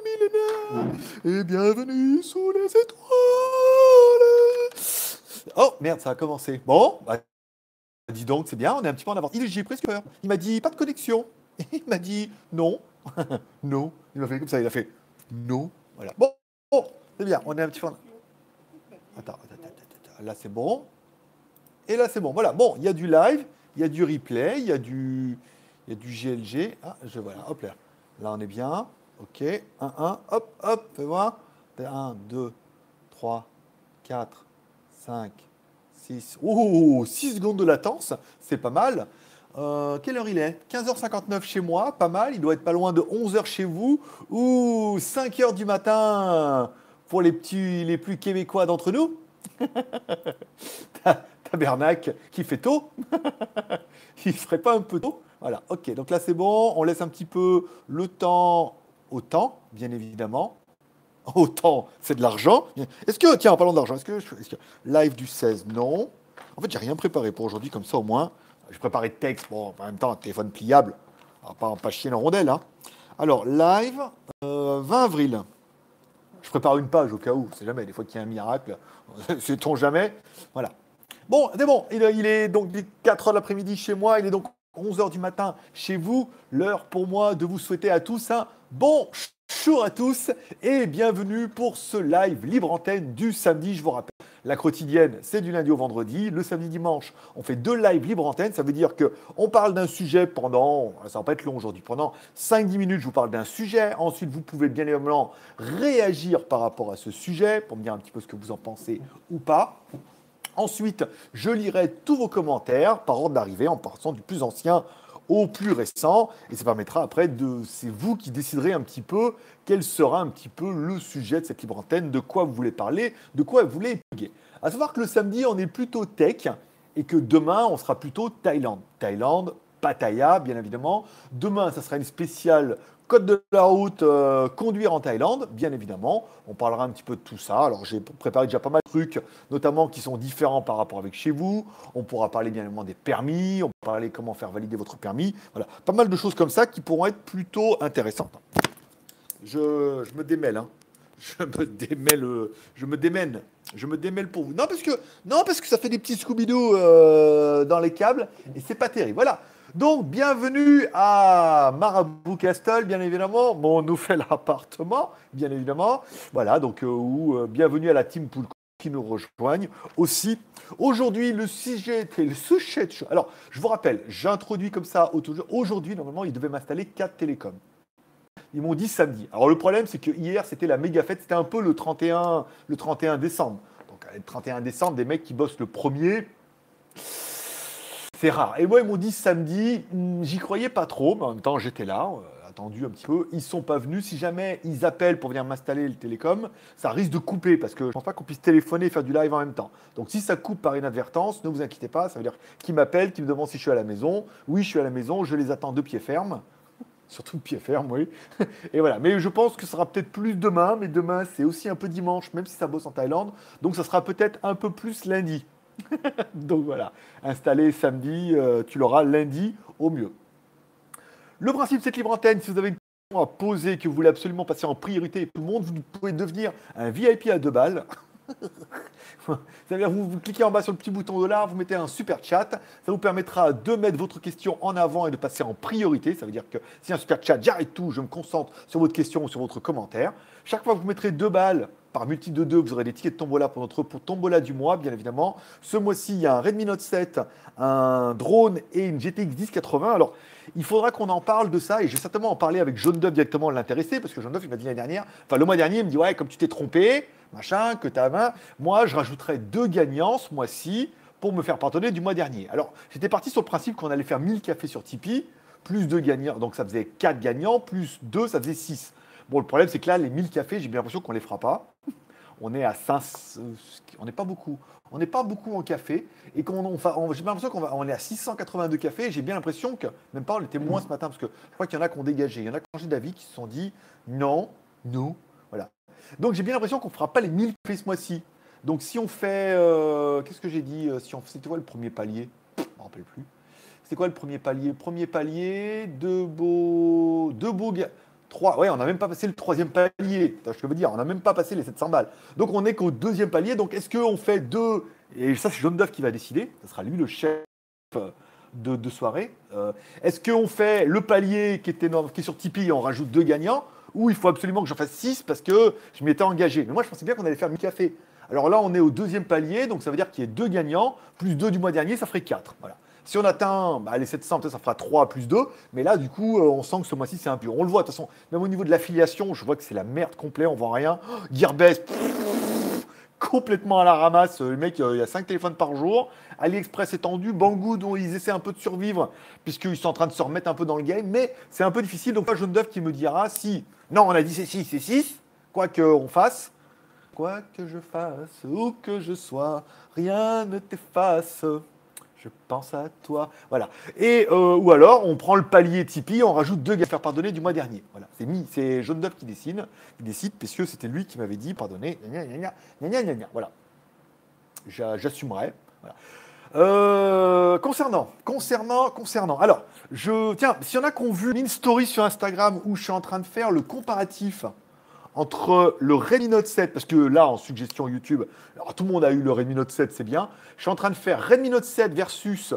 millénaire et bienvenue sous les étoiles. Oh merde, ça a commencé. Bon, bah, dis donc, c'est bien, on est un petit peu en avance. J'ai presque peur. Il m'a dit pas de connexion. Il m'a dit non. Non. Il m'a fait comme ça, il a fait non. Voilà. Bon, bon, c'est bien, on est un petit peu en... Attends. Là, c'est bon. Et là, c'est bon. Voilà. Bon, il y a du live, il y a du replay, il y a du GLG. Ah, voilà. Hop là. Là, on est bien. OK. 1. Hop. Fais voir. 1, 2, 3, 4, 5, 6. Ouh, 6 secondes de latence. C'est pas mal. Quelle heure il est? 15h59 chez moi. Pas mal. Il doit être pas loin de 11h chez vous. Ou 5h du matin pour les plus québécois d'entre nous. Tabernacle qui fait tôt. Il ne ferait pas un peu tôt. Voilà, ok. Donc là, c'est bon. On laisse un petit peu le temps au temps, bien évidemment. Au temps, c'est de l'argent. Est-ce que, tiens, en parlant d'argent, live du 16, non. En fait, j'ai rien préparé pour aujourd'hui, comme ça au moins. J'ai préparé de texte, bon, en même temps, un téléphone pliable. On va pas chier la rondelle, hein. Alors, live, 20 avril. Je prépare une page au cas où, c'est jamais, des fois qu'il y a un miracle, sait-on jamais. Voilà. Bon, c'est bon, il est donc 4h de l'après-midi chez moi, il est donc 11h du matin chez vous. L'heure pour moi de vous souhaiter à tous un bonjour à tous et bienvenue pour ce live libre antenne du samedi. Je vous rappelle, la quotidienne, c'est du lundi au vendredi. Le samedi dimanche, on fait 2 lives libre antenne. Ça veut dire qu'on parle d'un sujet pendant, ça va pas être long aujourd'hui, pendant 5-10 minutes, je vous parle d'un sujet. Ensuite, vous pouvez bien évidemment réagir par rapport à ce sujet pour me dire un petit peu ce que vous en pensez ou pas. Ensuite, je lirai tous vos commentaires par ordre d'arrivée en passant du plus ancien au plus récent. Et ça permettra après c'est vous qui déciderez un petit peu quel sera un petit peu le sujet de cette libre antenne, de quoi vous voulez parler, de quoi vous voulez étudier. À savoir que le samedi, on est plutôt tech et que demain, on sera plutôt Thaïlande. Thaïlande, Pattaya, bien évidemment. Demain, ça sera une spéciale Code de la route, conduire en Thaïlande, bien évidemment. On parlera un petit peu de tout ça. Alors, j'ai préparé déjà pas mal de trucs, notamment qui sont différents par rapport avec chez vous. On pourra parler bien évidemment des permis, on pourra parler comment faire valider votre permis. Voilà, pas mal de choses comme ça qui pourront être plutôt intéressantes. Je me démêle, hein. Je me démêle pour vous. Non, parce que ça fait des petits Scooby-Doo dans les câbles et c'est pas terrible. Voilà. Donc, bienvenue à Marabout Castle, bien évidemment, mon nouvel appartement, bien évidemment. Voilà, donc, bienvenue à la team Pool qui nous rejoignent aussi. Aujourd'hui, le sujet, alors, je vous rappelle, j'introduis comme ça aujourd'hui, normalement, il devait m'installer 4 télécoms. Ils m'ont dit samedi. Alors le problème, c'est que hier, c'était la méga fête. C'était un peu le 31 décembre. Donc le 31 décembre, des mecs qui bossent le premier, c'est rare. Et moi, ils m'ont dit samedi. J'y croyais pas trop, mais en même temps, j'étais là, attendu un petit peu. Ils sont pas venus. Si jamais ils appellent pour venir m'installer le télécom, ça risque de couper parce que je pense pas qu'on puisse téléphoner et faire du live en même temps. Donc si ça coupe par inadvertance, ne vous inquiétez pas. Ça veut dire qu'ils m'appellent, qu'ils me demandent si je suis à la maison. Oui, je suis à la maison. Je les attends de pied ferme. Surtout de pied ferme, oui. Et voilà. Mais je pense que ce sera peut-être plus demain. Mais demain, c'est aussi un peu dimanche, même si ça bosse en Thaïlande. Donc, ça sera peut-être un peu plus lundi. Donc, voilà. Installé samedi, tu l'auras lundi au mieux. Le principe de cette libre antenne, si vous avez une question à poser, que vous voulez absolument passer en priorité, tout le monde, vous pouvez devenir un VIP à 2 balles. C'est-à-dire vous cliquez en bas sur le petit bouton $, vous mettez un super chat, ça vous permettra de mettre votre question en avant et de passer en priorité. Ça veut dire que si un super chat, j'arrête tout, je me concentre sur votre question ou sur votre commentaire. Chaque fois que vous mettrez 2 balles par multiple de 2, vous aurez des tickets de tombola pour notre tombola du mois, bien évidemment. Ce mois-ci, il y a un Redmi Note 7, un drone et une GTX 1080. Alors, il faudra qu'on en parle de ça et je vais certainement en parler avec Jaune Dove directement l'intéressé parce que Jaune Dove, il m'a dit l'année dernière, enfin le mois dernier, il me dit ouais, comme tu t'es trompé, machin, que tu as 20, moi je rajouterai 2 gagnants ce mois-ci pour me faire pardonner du mois dernier. Alors, j'étais parti sur le principe qu'on allait faire 1000 cafés sur Tipeee, plus 2 gagnants, donc ça faisait 4 gagnants, plus 2, ça faisait 6. Bon, le problème, c'est que là, les 1000 cafés, j'ai bien l'impression qu'on ne les fera pas. On est à 5, on n'est pas beaucoup. On n'est pas beaucoup en café et j'ai l'impression qu'on est à 682 cafés. Et j'ai bien l'impression que, même pas, on était moins ce matin parce que je crois qu'il y en a qui ont dégagé. Il y en a qui ont changé d'avis, qui se sont dit non, nous, voilà. Donc j'ai bien l'impression qu'on ne fera pas les 1000 cafés ce mois-ci. Donc si on fait, qu'est-ce que j'ai dit c'était quoi le premier palier? Je ne me rappelle plus. C'était quoi le premier palier? Premier palier, deux beaux 3, ouais, on n'a même pas passé le troisième palier. Je veux dire, on n'a même pas passé les 700 balles. Donc on n'est qu'au deuxième palier. Donc est-ce qu'on fait deux? Et ça, c'est Jaune d'œuf qui va décider. Ce sera lui le chef de soirée. Est-ce qu'on fait le palier qui est sur Tipeee et on rajoute 2 gagnants? Ou il faut absolument que j'en fasse 6 parce que je m'y étais engagé. Mais moi, je pensais bien qu'on allait faire mi-café. Alors là, on est au deuxième palier. Donc ça veut dire qu'il y a 2 gagnants. Plus 2 du mois dernier, ça ferait 4. Voilà. Si on atteint les 700, peut-être ça fera 3 plus 2. Mais là, du coup, on sent que ce mois-ci, c'est un peu. On le voit, de toute façon, même au niveau de l'affiliation, je vois que c'est la merde complète, on voit rien. Gearbest, complètement à la ramasse. Le mec, il y a 5 téléphones par jour. AliExpress est tendu. Banggood, dont ils essaient un peu de survivre, puisqu'ils sont en train de se remettre un peu dans le game. Mais c'est un peu difficile. Donc, pas Jaune d'œuf qui me dira si. Non, on a dit c'est 6, c'est 6. Quoi qu'on fasse. Quoi que je fasse, où que je sois, rien ne t'efface. Je pense à toi. Voilà. Et ou alors, on prend le palier Tipeee, on rajoute 2 gars à faire pardonner du mois dernier. Voilà. C'est Jaune d'œuf qui décide, puisque c'était lui qui m'avait dit pardonner. Voilà. J'assumerai. Voilà. Concernant. Alors, tiens, s'il y en a qui ont vu une story sur Instagram où je suis en train de faire le comparatif entre le Redmi Note 7, parce que là, en suggestion YouTube, alors, tout le monde a eu le Redmi Note 7, c'est bien. Je suis en train de faire Redmi Note 7 versus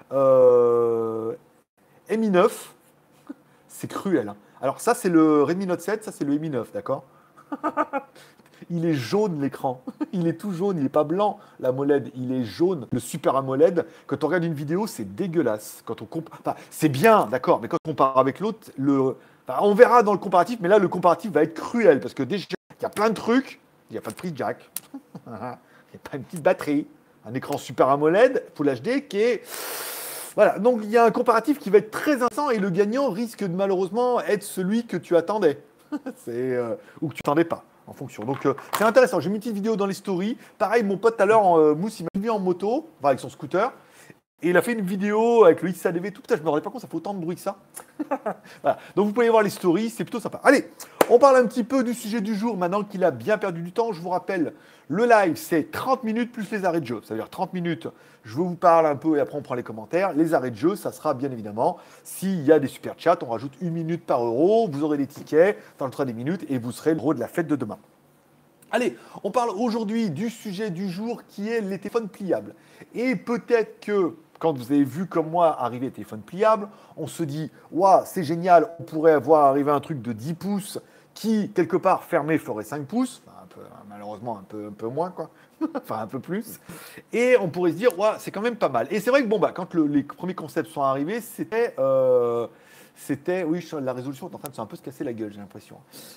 Mi 9. C'est cruel. Hein. Alors ça, c'est le Redmi Note 7, ça, c'est le Mi 9, d'accord? Il est jaune, l'écran. Il est tout jaune, il n'est pas blanc, l'AMOLED. Il est jaune, le Super AMOLED. Quand on regarde une vidéo, c'est dégueulasse. Quand on enfin, c'est bien, d'accord, mais quand on compare avec l'autre, enfin, on verra dans le comparatif, mais là, le comparatif va être cruel, parce que déjà, il y a plein de trucs. Il n'y a pas de prise jack. Il n'y a pas une petite batterie. Un écran Super AMOLED, Full HD, qui est... Voilà, donc il y a un comparatif qui va être très intéressant, et le gagnant risque de malheureusement être celui que tu attendais. Ou que tu t'attendais pas. En fonction. Donc c'est intéressant. J'ai mis une petite vidéo dans les stories. Pareil, mon pote tout à l'heure, Mousse, il m'a vu en moto, enfin, avec son scooter. Et il a fait une vidéo avec le XADV. Tout, putain, je me rendais pas compte, ça fait autant de bruit que ça. Voilà. Donc vous pouvez voir les stories, c'est plutôt sympa. Allez, on parle un petit peu du sujet du jour maintenant qu'il a bien perdu du temps. Je vous rappelle, le live, c'est 30 minutes plus les arrêts de jeu. C'est-à-dire 30 minutes, je vous parle un peu et après on prend les commentaires. Les arrêts de jeu, ça sera bien évidemment, s'il y a des super chats, on rajoute 1 minute par euro, vous aurez des tickets, ça rajoutera des minutes et vous serez le héros de la fête de demain. Allez, on parle aujourd'hui du sujet du jour qui est les téléphones pliables. Et peut-être que quand vous avez vu comme moi arriver les téléphones pliables, on se dit « Waouh, c'est génial, on pourrait avoir arrivé un truc de 10 pouces qui, quelque part, fermé, ferait 5 pouces. » Malheureusement, un peu moins, quoi. Enfin, un peu plus. Et on pourrait se dire « Waouh, c'est quand même pas mal. » Et c'est vrai que bon, quand les premiers concepts sont arrivés, oui, la résolution est en train de se un peu se casser la gueule, j'ai l'impression.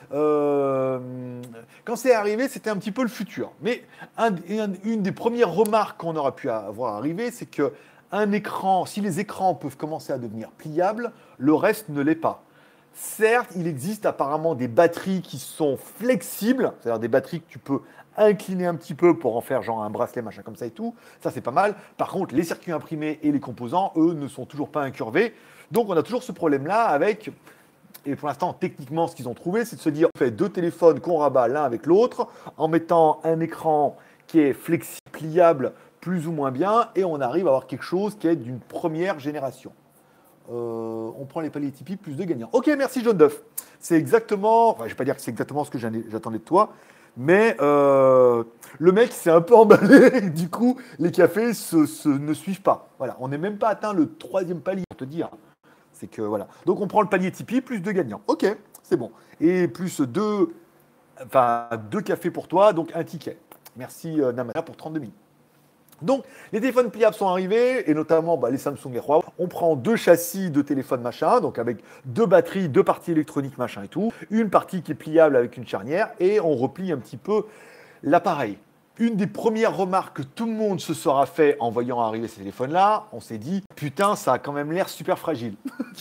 Quand c'est arrivé, c'était un petit peu le futur. Mais une des premières remarques qu'on aurait pu avoir arrivé, c'est que un écran, si les écrans peuvent commencer à devenir pliables, le reste ne l'est pas. Certes, il existe apparemment des batteries qui sont flexibles, c'est-à-dire des batteries que tu peux incliner un petit peu pour en faire genre un bracelet, machin comme ça et tout. Ça, c'est pas mal. Par contre, les circuits imprimés et les composants, eux, ne sont toujours pas incurvés. Donc, on a toujours ce problème-là avec... Et pour l'instant, techniquement, ce qu'ils ont trouvé, c'est de se dire, on fait 2 téléphones qu'on rabat l'un avec l'autre, en mettant un écran qui est flexible, pliable, plus ou moins bien, et on arrive à avoir quelque chose qui est d'une première génération. On prend les paliers Tipeee, plus de gagnants. Ok, merci Jaune d'œuf. C'est exactement, enfin, je ne vais pas dire que c'est exactement ce que j'attendais de toi, mais le mec s'est un peu emballé. Du coup, les cafés ne suivent pas. Voilà, on n'est même pas atteint le 3e palier, pour te dire. C'est que voilà. Donc on prend le palier Tipeee, plus 2 gagnants. Ok, c'est bon. Et plus 2 cafés pour toi, donc un ticket. Merci Namana pour 32 000. Donc, les téléphones pliables sont arrivés, et notamment les Samsung et Huawei. On prend 2 châssis de téléphone machin, donc avec 2 batteries, 2 parties électroniques machin et tout, une partie qui est pliable avec une charnière, et on replie un petit peu l'appareil. Une des premières remarques que tout le monde se sera fait en voyant arriver ces téléphones-là, on s'est dit « Putain, ça a quand même l'air super fragile. »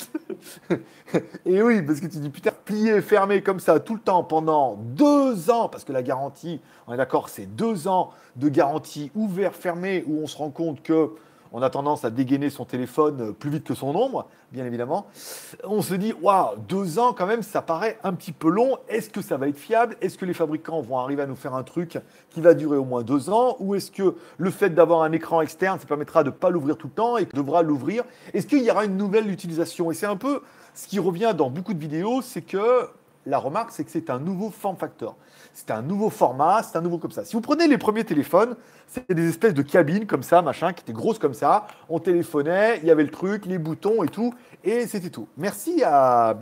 Et oui, parce que tu dis « Putain, plié, fermé comme ça tout le temps pendant 2 ans, parce que la garantie, on est d'accord, c'est 2 ans de garantie ouvert, fermé, où on se rend compte que on a tendance à dégainer son téléphone plus vite que son ombre, bien évidemment. On se dit, waouh, 2 ans quand même, ça paraît un petit peu long. Est-ce que ça va être fiable? Est-ce que les fabricants vont arriver à nous faire un truc qui va durer au moins 2 ans? Ou est-ce que le fait d'avoir un écran externe, ça permettra de ne pas l'ouvrir tout le temps et qu'on devra l'ouvrir? Est-ce qu'il y aura une nouvelle utilisation? Et c'est un peu ce qui revient dans beaucoup de vidéos, c'est que la remarque, c'est que c'est un nouveau form factor. C'est un nouveau format, c'est un nouveau comme ça. Si vous prenez les premiers téléphones, c'était des espèces de cabines comme ça, machin, qui étaient grosses comme ça. On téléphonait, il y avait le truc, les boutons et tout, et c'était tout. Merci à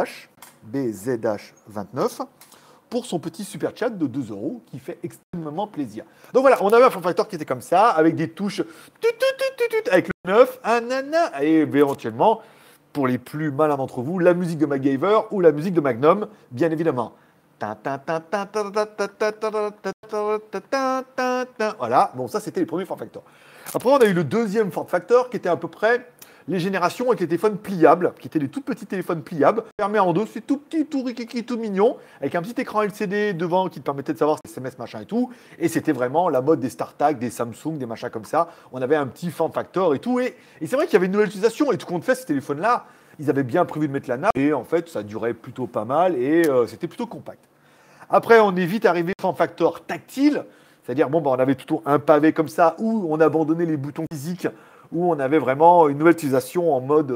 BZH29, pour son petit super chat de 2 € qui fait extrêmement plaisir. Donc voilà, on avait un form factor qui était comme ça, avec des touches avec le 9, un nana, et éventuellement, pour les plus malins d'entre vous, la musique de MacGyver ou la musique de Magnum, bien évidemment. Voilà, bon ça c'était les premiers form factors. Après on a eu le deuxième form factor qui était à peu près les générations avec les téléphones pliables, qui étaient des tout petits téléphones pliables, fermés en deux, c'est tout petit, tout rikiki, tout mignon, avec un petit écran LCD devant qui te permettait de savoir si SMS machin et tout. Et c'était vraiment la mode des StarTAC, des Samsung, des machins comme ça. On avait un petit form factor et tout. Et c'est vrai qu'il y avait une nouvelle utilisation. Et tout compte fait, ces téléphones-là, ils avaient bien prévu de mettre la nappe. Et en fait, ça durait plutôt pas mal et c'était plutôt compact. Après, on est vite arrivé au form factor tactile. C'est-à-dire, bon, bah, on avait plutôt un pavé comme ça où on abandonnait les boutons physiques, où on avait vraiment une nouvelle utilisation en mode,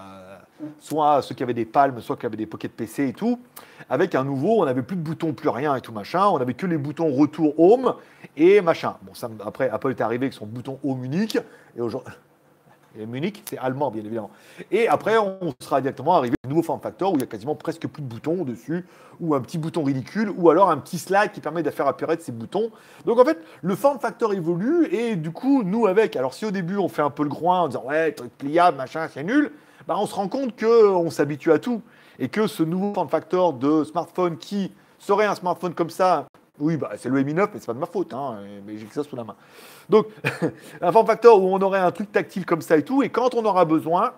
soit ceux qui avaient des palmes, soit qui avaient des pockets PC et tout. Avec un nouveau, on n'avait plus de boutons, plus rien et tout machin. On n'avait que les boutons retour home et machin. Bon, ça, après, Apple est arrivé avec son bouton home unique. Et aujourd'hui. Et Munich, c'est allemand, bien évidemment. Et après, on sera directement arrivé au nouveau form factor où il y a quasiment presque plus de boutons dessus, ou un petit bouton ridicule, ou alors un petit slide qui permet de faire apparaître ces boutons. Donc en fait, le form factor évolue et du coup, nous avec, alors si au début on fait un peu le groin en disant ouais, truc pliable, machin, c'est nul, bah, on se rend compte qu'on s'habitue à tout et que ce nouveau form factor de smartphone qui serait un smartphone comme ça. Oui, bah, c'est le Mi 9, mais c'est pas de ma faute, hein, mais j'ai que ça sous la main. Donc, un form factor où on aurait un truc tactile comme ça et tout, et quand on aura besoin,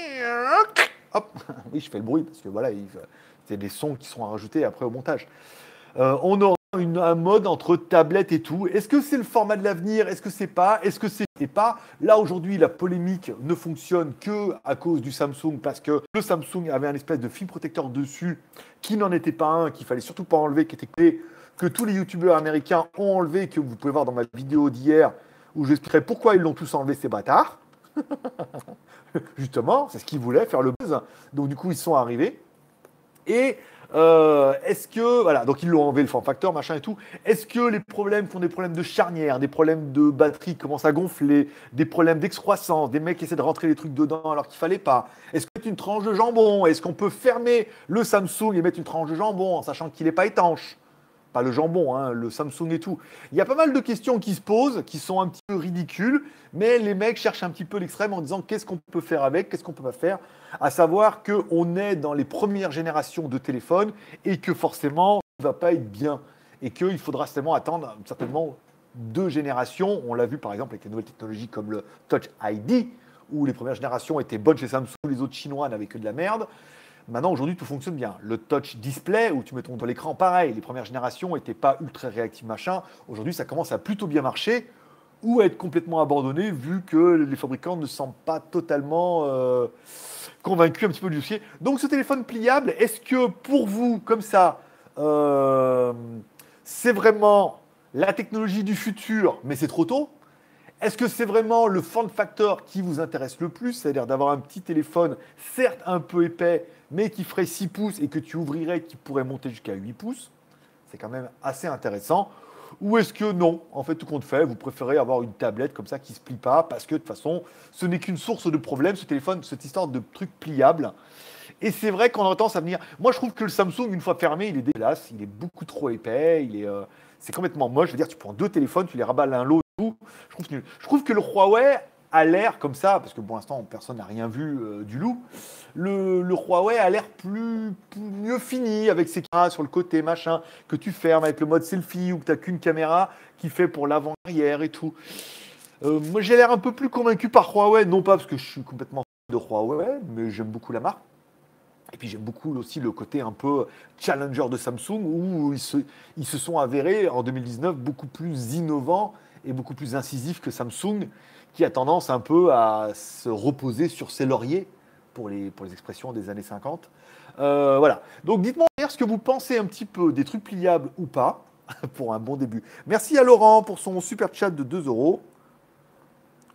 hop, oui, je fais le bruit parce que voilà, c'est des sons qui seront rajoutés après au montage. On aura un mode entre tablette et tout. Est-ce que c'est le format de l'avenir? Est-ce que c'est pas? Est-ce que c'est pas? Là, aujourd'hui, la polémique ne fonctionne que à cause du Samsung parce que le Samsung avait un espèce de film protecteur dessus qui n'en était pas un, qu'il fallait surtout pas enlever, qui était clé, que tous les youtubeurs américains ont enlevé, que vous pouvez voir dans ma vidéo d'hier où j'expliquerai pourquoi ils l'ont tous enlevé, ces bâtards. Justement, c'est ce qu'ils voulaient, faire le buzz. Donc du coup, ils sont arrivés. Et est-ce que, voilà, donc ils l'ont enlevé le form factor, machin et tout. Est-ce que les problèmes font des problèmes de charnière, des problèmes de batterie qui commencent à gonfler, des problèmes d'excroissance, des mecs qui essaient de rentrer les trucs dedans alors qu'il fallait pas? Est-ce que c'est une tranche de jambon? Est-ce qu'on peut fermer le Samsung et mettre une tranche de jambon en sachant qu'il n'est pas étanche? Pas le jambon, hein, le Samsung et tout. Il y a pas mal de questions qui se posent, qui sont un petit peu ridicules, mais les mecs cherchent un petit peu l'extrême en disant qu'est-ce qu'on peut faire avec, qu'est-ce qu'on peut pas faire, à savoir qu'on est dans les premières générations de téléphones et que forcément, ça ne va pas être bien et qu'il faudra certainement 2 générations. On l'a vu par exemple avec les nouvelles technologies comme le Touch ID, où les premières générations étaient bonnes chez Samsung, les autres chinois n'avaient que de la merde. Maintenant, aujourd'hui, tout fonctionne bien. Le touch display, où tu mets ton l'écran, pareil. Les premières générations n'étaient pas ultra réactives, machin. Aujourd'hui, ça commence à plutôt bien marcher ou à être complètement abandonné, vu que les fabricants ne semblent pas totalement convaincus un petit peu du dossier. Donc, ce téléphone pliable, est-ce que pour vous, comme ça, c'est vraiment la technologie du futur, mais c'est trop tôt? Est-ce que c'est vraiment le form factor qui vous intéresse le plus, c'est-à-dire d'avoir un petit téléphone, certes un peu épais, mais qui ferait 6 pouces et que tu ouvrirais, qui pourrait monter jusqu'à 8 pouces? C'est quand même assez intéressant. Ou est-ce que non, en fait, tout compte fait, vous préférez avoir une tablette comme ça qui ne se plie pas, parce que de toute façon, ce n'est qu'une source de problème, ce téléphone, cette histoire de truc pliable. Et c'est vrai qu'on a tendance à venir. Moi, je trouve que le Samsung, une fois fermé, il est dégueulasse, il est beaucoup trop épais, c'est complètement moche. Je veux dire, tu prends 2 téléphones, tu les rabats l'un l'autre. Je trouve que le Huawei a l'air comme ça, parce que pour l'instant, personne n'a rien vu du loup. Le Huawei a l'air mieux fini avec ses caméras sur le côté, machin, que tu fermes avec le mode selfie ou que tu n'as qu'une caméra qui fait pour l'avant-arrière et tout. Moi, j'ai l'air un peu plus convaincu par Huawei, non pas parce que je suis complètement fan de Huawei, mais j'aime beaucoup la marque. Et puis j'aime beaucoup aussi le côté un peu challenger de Samsung, où ils se sont avérés en 2019 beaucoup plus innovants et beaucoup plus incisifs que Samsung, qui a tendance un peu à se reposer sur ses lauriers, pour les expressions des années 50. Voilà. Donc dites-moi ce que vous pensez un petit peu des trucs pliables ou pas, pour un bon début. Merci à Laurent pour son super chat de 2 €.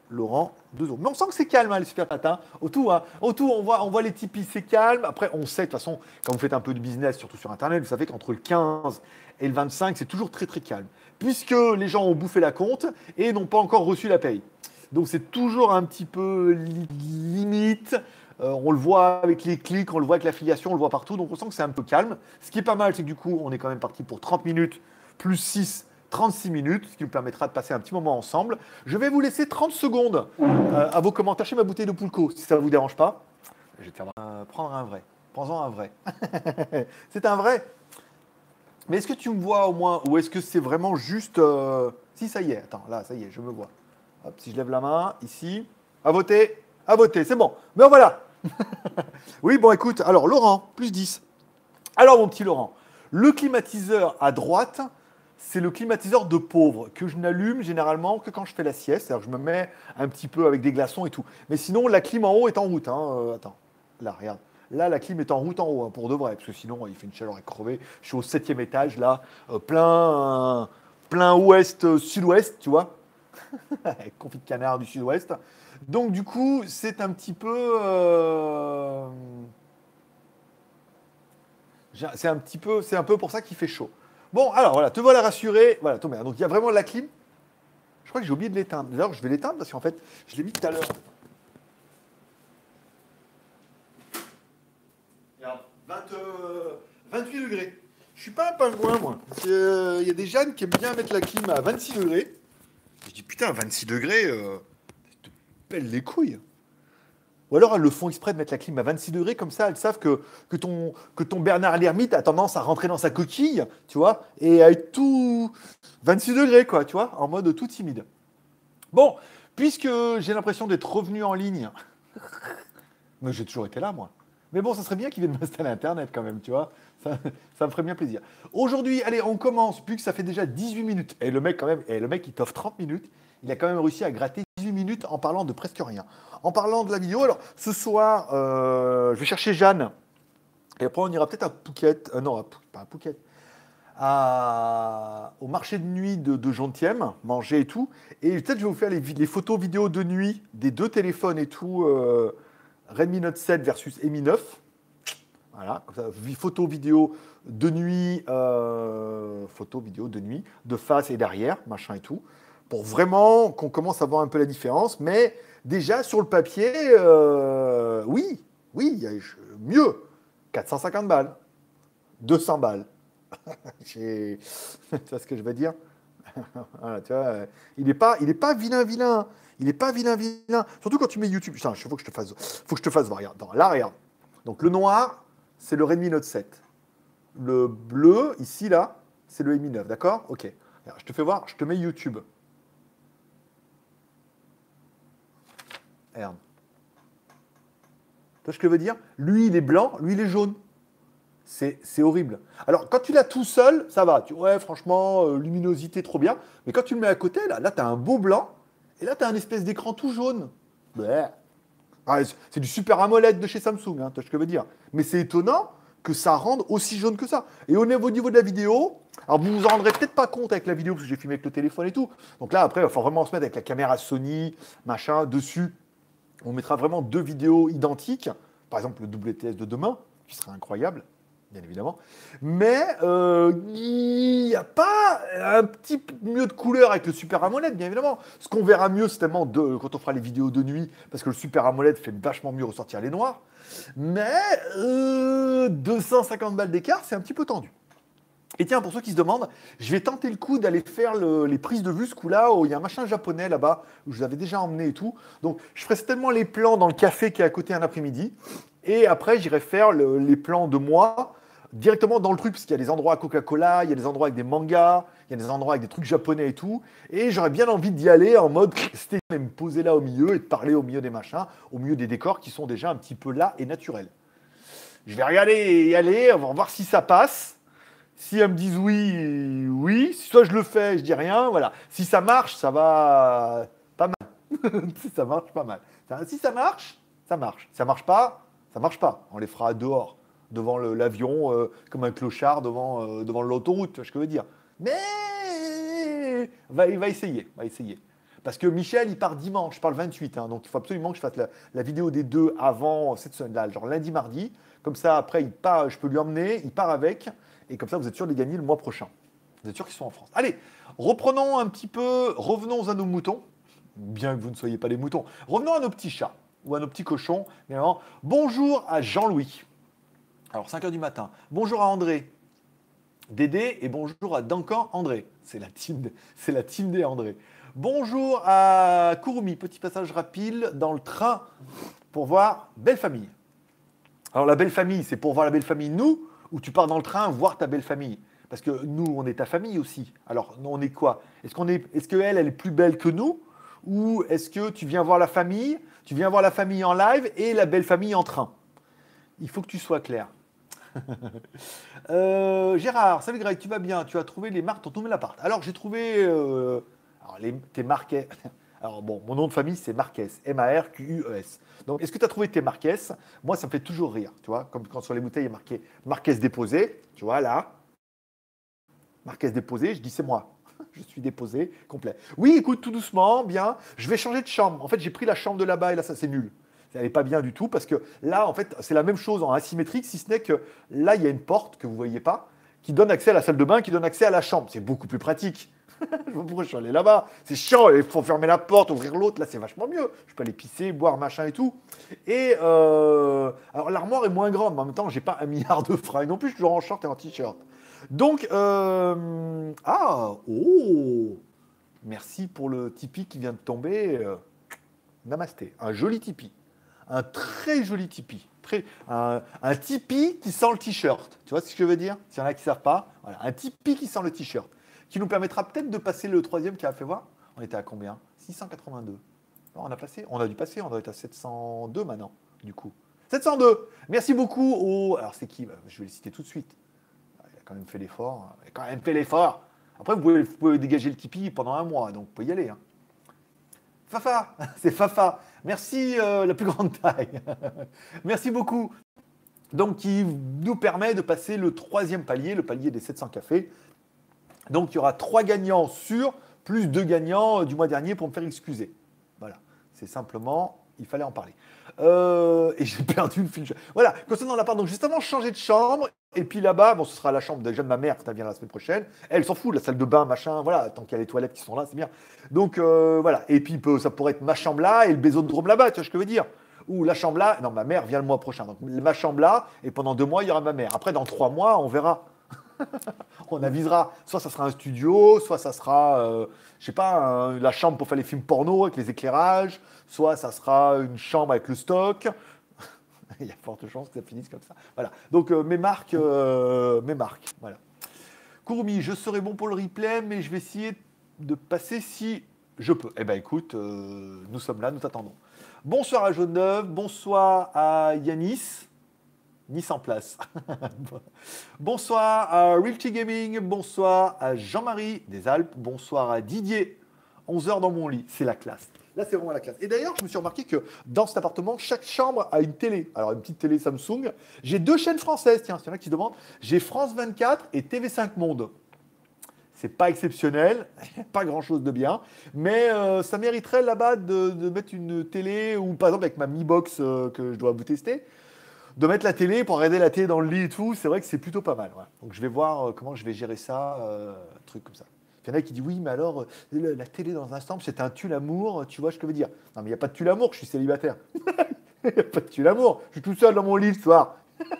Laurent Dezo. Mais on sent que c'est calme, hein, les super patins. Au tout, on voit les Tipeee, c'est calme. Après, on sait, de toute façon, quand vous faites un peu de business, surtout sur Internet, vous savez qu'entre le 15 et le 25, c'est toujours très très calme. Puisque les gens ont bouffé la compte et n'ont pas encore reçu la paye. Donc c'est toujours un petit peu limite. On le voit avec les clics, on le voit avec l'affiliation, on le voit partout. Donc on sent que c'est un peu calme. Ce qui est pas mal, c'est que du coup, on est quand même parti pour 30 minutes plus 6, 36 minutes, ce qui nous permettra de passer un petit moment ensemble. Je vais vous laisser 30 secondes à vos commentaires chez ma bouteille de Poulco, si ça ne vous dérange pas. Je vais te faire prendre un vrai. Prends-en un vrai. C'est un vrai. Mais est-ce que tu me vois au moins, ou est-ce que c'est vraiment juste... Si, ça y est. Attends, là, ça y est, je me vois. Hop, si je lève la main, ici. À voter, c'est bon. Mais voilà. Oui, bon, écoute, alors Laurent, plus 10. Alors, mon petit Laurent, le climatiseur à droite, c'est le climatiseur de pauvre que je n'allume généralement que quand je fais la sieste. C'est-à-dire que je me mets un petit peu avec des glaçons et tout. Mais sinon, la clim en haut est en route. Hein. Attends, là, regarde. Là, la clim est en route en haut, hein, pour de vrai. Parce que sinon, il fait une chaleur à crever. Je suis au 7e étage, là, plein ouest, sud-ouest, tu vois. Confit de canard du sud-ouest. Donc, du coup, c'est un petit peu... c'est un peu pour ça qu'il fait chaud. Bon, alors voilà, te voilà rassuré. Voilà, Thomas. Donc il y a vraiment la clim. Je crois que j'ai oublié de l'éteindre. D'ailleurs, je vais l'éteindre parce qu'en fait, je l'ai mis tout à l'heure. Regarde, 28 degrés. Je suis pas un pingouin, moi. Il y a des jeunes qui aiment bien mettre la clim à 26 degrés. Je dis, putain, 26 degrés, te pèle les couilles. Ou alors elles le font exprès de mettre la clim à 26 degrés, comme ça elles savent que ton Bernard l'ermite a tendance à rentrer dans sa coquille, tu vois, et à être tout 26 degrés, quoi, tu vois, en mode tout timide. Bon, puisque j'ai l'impression d'être revenu en ligne, mais j'ai toujours été là, moi. Mais bon, ça serait bien qu'il vienne m'installer Internet quand même, tu vois. Ça me ferait bien plaisir. Aujourd'hui, allez, on commence, vu que ça fait déjà 18 minutes. Et le mec, quand même, il t'offre 30 minutes. Il a quand même réussi à gratter 18 minutes en parlant de presque rien. En parlant de la vidéo, alors, ce soir, je vais chercher Jeanne. Et après, on ira peut-être à Phuket. Non, pas à Phuket. Au marché de nuit de Jontième, manger et tout. Et peut-être je vais vous faire les photos vidéos de nuit des deux téléphones et tout. Redmi Note 7 versus Mi 9. Voilà, comme ça, photo vidéo de nuit, de face et derrière, machin et tout, pour vraiment qu'on commence à voir un peu la différence. Mais déjà sur le papier, oui, mieux, 450 balles, 200 balles. Tu vois ce que je veux dire? Voilà, tu vois, il n'est pas vilain. Il n'est pas vilain. Surtout quand tu mets YouTube. Putain, faut que je te fasse voir. Regarde, là, regarde. Donc le noir, c'est le Redmi Note 7. Le bleu, ici, là, c'est le Mi 9, d'accord? Ok. Alors, je te fais voir, je te mets YouTube. Regarde. Tu vois ce que je veux dire? Lui, il est blanc, lui, il est jaune. C'est horrible. Alors, quand tu l'as tout seul, ça va. Ouais, franchement, luminosité, trop bien. Mais quand tu le mets à côté, là tu as un beau blanc. Et là, tu as un espèce d'écran tout jaune. Bleh. Ah, c'est du Super AMOLED de chez Samsung, hein, tu vois ce que je veux dire. Mais c'est étonnant que ça rende aussi jaune que ça. Et au niveau de la vidéo, alors vous vous en rendrez peut-être pas compte avec la vidéo, parce que j'ai filmé avec le téléphone et tout. Donc là, après, il va falloir vraiment se mettre avec la caméra Sony, machin, dessus. On mettra vraiment deux vidéos identiques. Par exemple, le WTS de demain, qui serait incroyable, bien évidemment. Mais il n'y a pas un petit peu mieux de couleur avec le Super AMOLED, bien évidemment. Ce qu'on verra mieux, c'est tellement quand on fera les vidéos de nuit, parce que le Super AMOLED fait vachement mieux ressortir les noirs. Mais 250 balles d'écart, c'est un petit peu tendu. Et tiens, pour ceux qui se demandent, je vais tenter le coup d'aller faire les prises de vue ce coup-là, où il y a un machin japonais là-bas, où je vous avais déjà emmené et tout. Donc, je ferai certainement les plans dans le café qui est à côté un après-midi. Et après, j'irai faire les plans de moi directement dans le truc, parce qu'il y a des endroits à Coca-Cola, il y a des endroits avec des mangas, il y a des endroits avec des trucs japonais et tout. Et j'aurais bien envie d'y aller en mode, c'était me poser là au milieu et de parler au milieu des machins, au milieu des décors qui sont déjà un petit peu là et naturels. Je vais regarder et y aller, on va voir si ça passe. Si elles me disent oui, oui. Soit je le fais, je dis rien. Voilà. Si ça marche, ça va pas mal. Si ça marche, pas mal. Si ça marche, ça marche. Si ça marche pas, ça marche pas. On les fera dehors, devant l'avion, comme un clochard devant l'autoroute. Tu vois ce que je veux dire. Mais il va essayer. Parce que Michel, il part dimanche, je parle 28, hein, donc il faut absolument que je fasse la vidéo des deux avant cette semaine-là, genre lundi, mardi. Comme ça, après, il part, je peux lui emmener, il part avec, et comme ça, vous êtes sûr de les gagner le mois prochain. Vous êtes sûr qu'ils sont en France. Allez, reprenons un petit peu, revenons à nos moutons, bien que vous ne soyez pas des moutons. Revenons à nos petits chats, ou à nos petits cochons. Évidemment. Bonjour à Jean-Louis. Alors, 5h du matin. Bonjour à André. Dédé et bonjour à Duncan André. C'est la team des André. Bonjour à Kurumi, petit passage rapide dans le train pour voir belle famille. Alors la belle famille, c'est pour voir la belle famille nous ou tu pars dans le train voir ta belle famille? Parce que nous, on est ta famille aussi. Alors on est quoi? Est-ce qu'elle est plus belle que nous? Ou est-ce que tu viens voir la famille en live et la belle famille en train? Il faut que tu sois clair. Gérard, salut Greg, tu vas bien? Tu as trouvé les marques dans ton nouvel appart. Alors j'ai trouvé tes Marquez. Alors bon, mon nom de famille c'est Marquez, M-A-R-Q-U-E-S. Donc est-ce que tu as trouvé tes Marquez? Moi ça me fait toujours rire, tu vois, comme quand sur les bouteilles il y a marqué Marquez déposé, tu vois là. Marquez déposé, je dis c'est moi. Je suis déposé, complet. Oui, écoute, tout doucement, bien. Je vais changer de chambre. En fait, j'ai pris la chambre de là-bas et là, ça c'est nul. Elle n'est pas bien du tout parce que là, en fait, c'est la même chose en asymétrique, si ce n'est que là, il y a une porte que vous ne voyez pas qui donne accès à la salle de bain, qui donne accès à la chambre. C'est beaucoup plus pratique. Je sais pas pourquoi je suis allé là-bas. C'est chiant, il faut fermer la porte, ouvrir l'autre. Là, c'est vachement mieux. Je peux aller pisser, boire, machin et tout. Et alors, l'armoire est moins grande, mais en même temps, j'ai pas 1 milliard de fringues non plus. Je suis toujours en short et en t-shirt. Donc, merci pour le Tipeee qui vient de tomber. Namasté. Un joli Tipeee. Un très joli Tipeee. Un Tipeee qui sent le t-shirt. Tu vois ce que je veux dire? S'il y en a qui ne savent pas. Voilà. Un Tipeee qui sent le t-shirt. Qui nous permettra peut-être de passer le troisième qui a fait voir. On était à combien? 682. Non, on a dû passer. On doit être à 702 maintenant, du coup. 702. Merci beaucoup au... Alors, c'est qui? Je vais le citer tout de suite. Il a quand même fait l'effort. Après, vous pouvez dégager le Tipeee pendant 1 mois. Donc, vous pouvez y aller. Hein. Fafa, c'est Fafa. Merci, la plus grande taille. Merci beaucoup. Donc, qui nous permet de passer le troisième palier, le palier des 700 cafés. Donc, il y aura 3 gagnants sûrs, plus 2 gagnants du mois dernier pour me faire excuser. Voilà, c'est simplement, il fallait en parler. Et j'ai perdu le fil. Voilà, concernant l'appart, donc justement, changer de chambre. Et puis là-bas, bon, ce sera la chambre déjà de ma mère quand elle vient la semaine prochaine. Elle s'en fout, la salle de bain, machin, voilà, tant qu'il y a les toilettes qui sont là, c'est bien. Donc voilà, et puis ça pourrait être ma chambre là et le bésodrome là-bas, tu vois ce que je veux dire? Ou la chambre là, non, ma mère vient le mois prochain, donc ma chambre là, et pendant 2 mois, il y aura ma mère. Après, dans 3 mois, on verra. On avisera. Soit ça sera un studio, soit ça sera, je sais pas, la chambre pour faire les films porno avec les éclairages, soit ça sera une chambre avec le stock. Il y a forte chance que ça finisse comme ça. Voilà. Donc mes marques. Voilà. Kurumi, je serai bon pour le replay, mais je vais essayer de passer si je peux. Eh ben écoute, nous sommes là, nous t'attendons. Bonsoir à Jaune-Neuve, bonsoir à Yanis. Nice en place. Bonsoir à Realty Gaming, bonsoir à Jean-Marie des Alpes, bonsoir à Didier. 11h dans mon lit, c'est la classe. Là, c'est vraiment la classe. Et d'ailleurs, je me suis remarqué que dans cet appartement, chaque chambre a une télé. Alors, une petite télé Samsung. J'ai 2 chaînes françaises, tiens, s'il y en a qui se demandent. J'ai France 24 et TV5 Monde. C'est pas exceptionnel, pas grand-chose de bien, mais ça mériterait là-bas de mettre une télé, ou par exemple avec ma Mi Box que je dois vous tester, de mettre la télé pour regarder la télé dans le lit et tout, c'est vrai que c'est plutôt pas mal. Ouais. Donc je vais voir comment je vais gérer ça, un truc comme ça. Il y en a qui disent oui, mais alors la télé dans un stand, c'est un tue-l'amour, tu vois ce que je veux dire? Non, mais il n'y a pas de tue-l'amour, je suis célibataire. Il n'y a pas de tue-l'amour, je suis tout seul dans mon lit le soir.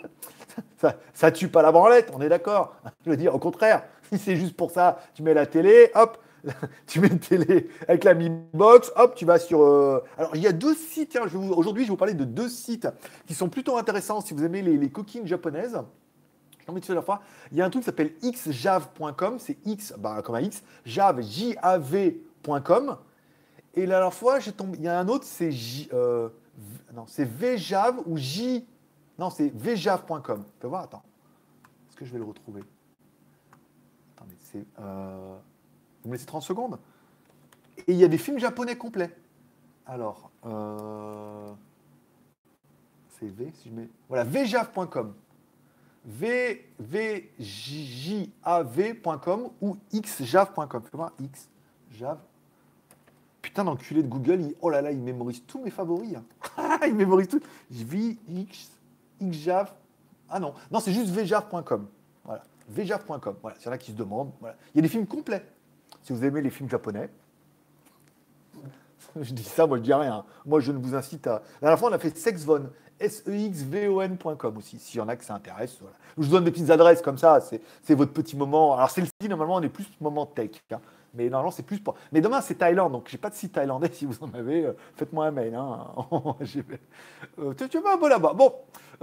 Ça tue pas la branlette, on est d'accord. Je veux dire, au contraire, si c'est juste pour ça, tu mets la télé, hop, tu mets une télé avec la Mi Box, hop, tu vas sur... Alors, il y a 2 sites, hein, aujourd'hui, je vais vous parler de 2 sites qui sont plutôt intéressants si vous aimez les coquines japonaises. J'ai envie de faire la fois. Il y a un truc qui s'appelle xjav.com, c'est X, comme un X, jav, J-A-V.com. Et la dernière fois, il y a un autre, c'est c'est vjav ou J... Non, c'est vjav.com. Tu peux voir, attends. Est-ce que je vais le retrouver? Attendez, c'est... Vous me laissez 30 secondes. Et il y a des films japonais complets. Alors, c'est V, si je mets... Voilà, vjav.com. vjav.com ou xjav.com. Tu peux voir, xjav. putain d'enculé de Google, oh là là, il mémorise tous mes favoris. Hein. Il mémorise tout. XJAV. Ah non, non, c'est juste vjaf.com. Voilà, vjaf.com. Voilà, c'est là qui se demande. Voilà. Il y a des films complets. Si vous aimez les films japonais, je dis ça, moi je dis rien. Moi je ne vous incite à. À la fois on a fait Sexvon, sexvon.com aussi, s'il y en a que ça intéresse. Voilà. Je vous donne des petites adresses comme ça, c'est votre petit moment. Alors celle-ci, normalement, on est plus moment tech. Hein. Mais normalement, c'est plus pour. Mais demain, c'est Thaïlande, donc j'ai pas de site thaïlandais. Si vous en avez, faites-moi un mail. Hein. Tu vas un peu là-bas. Bon.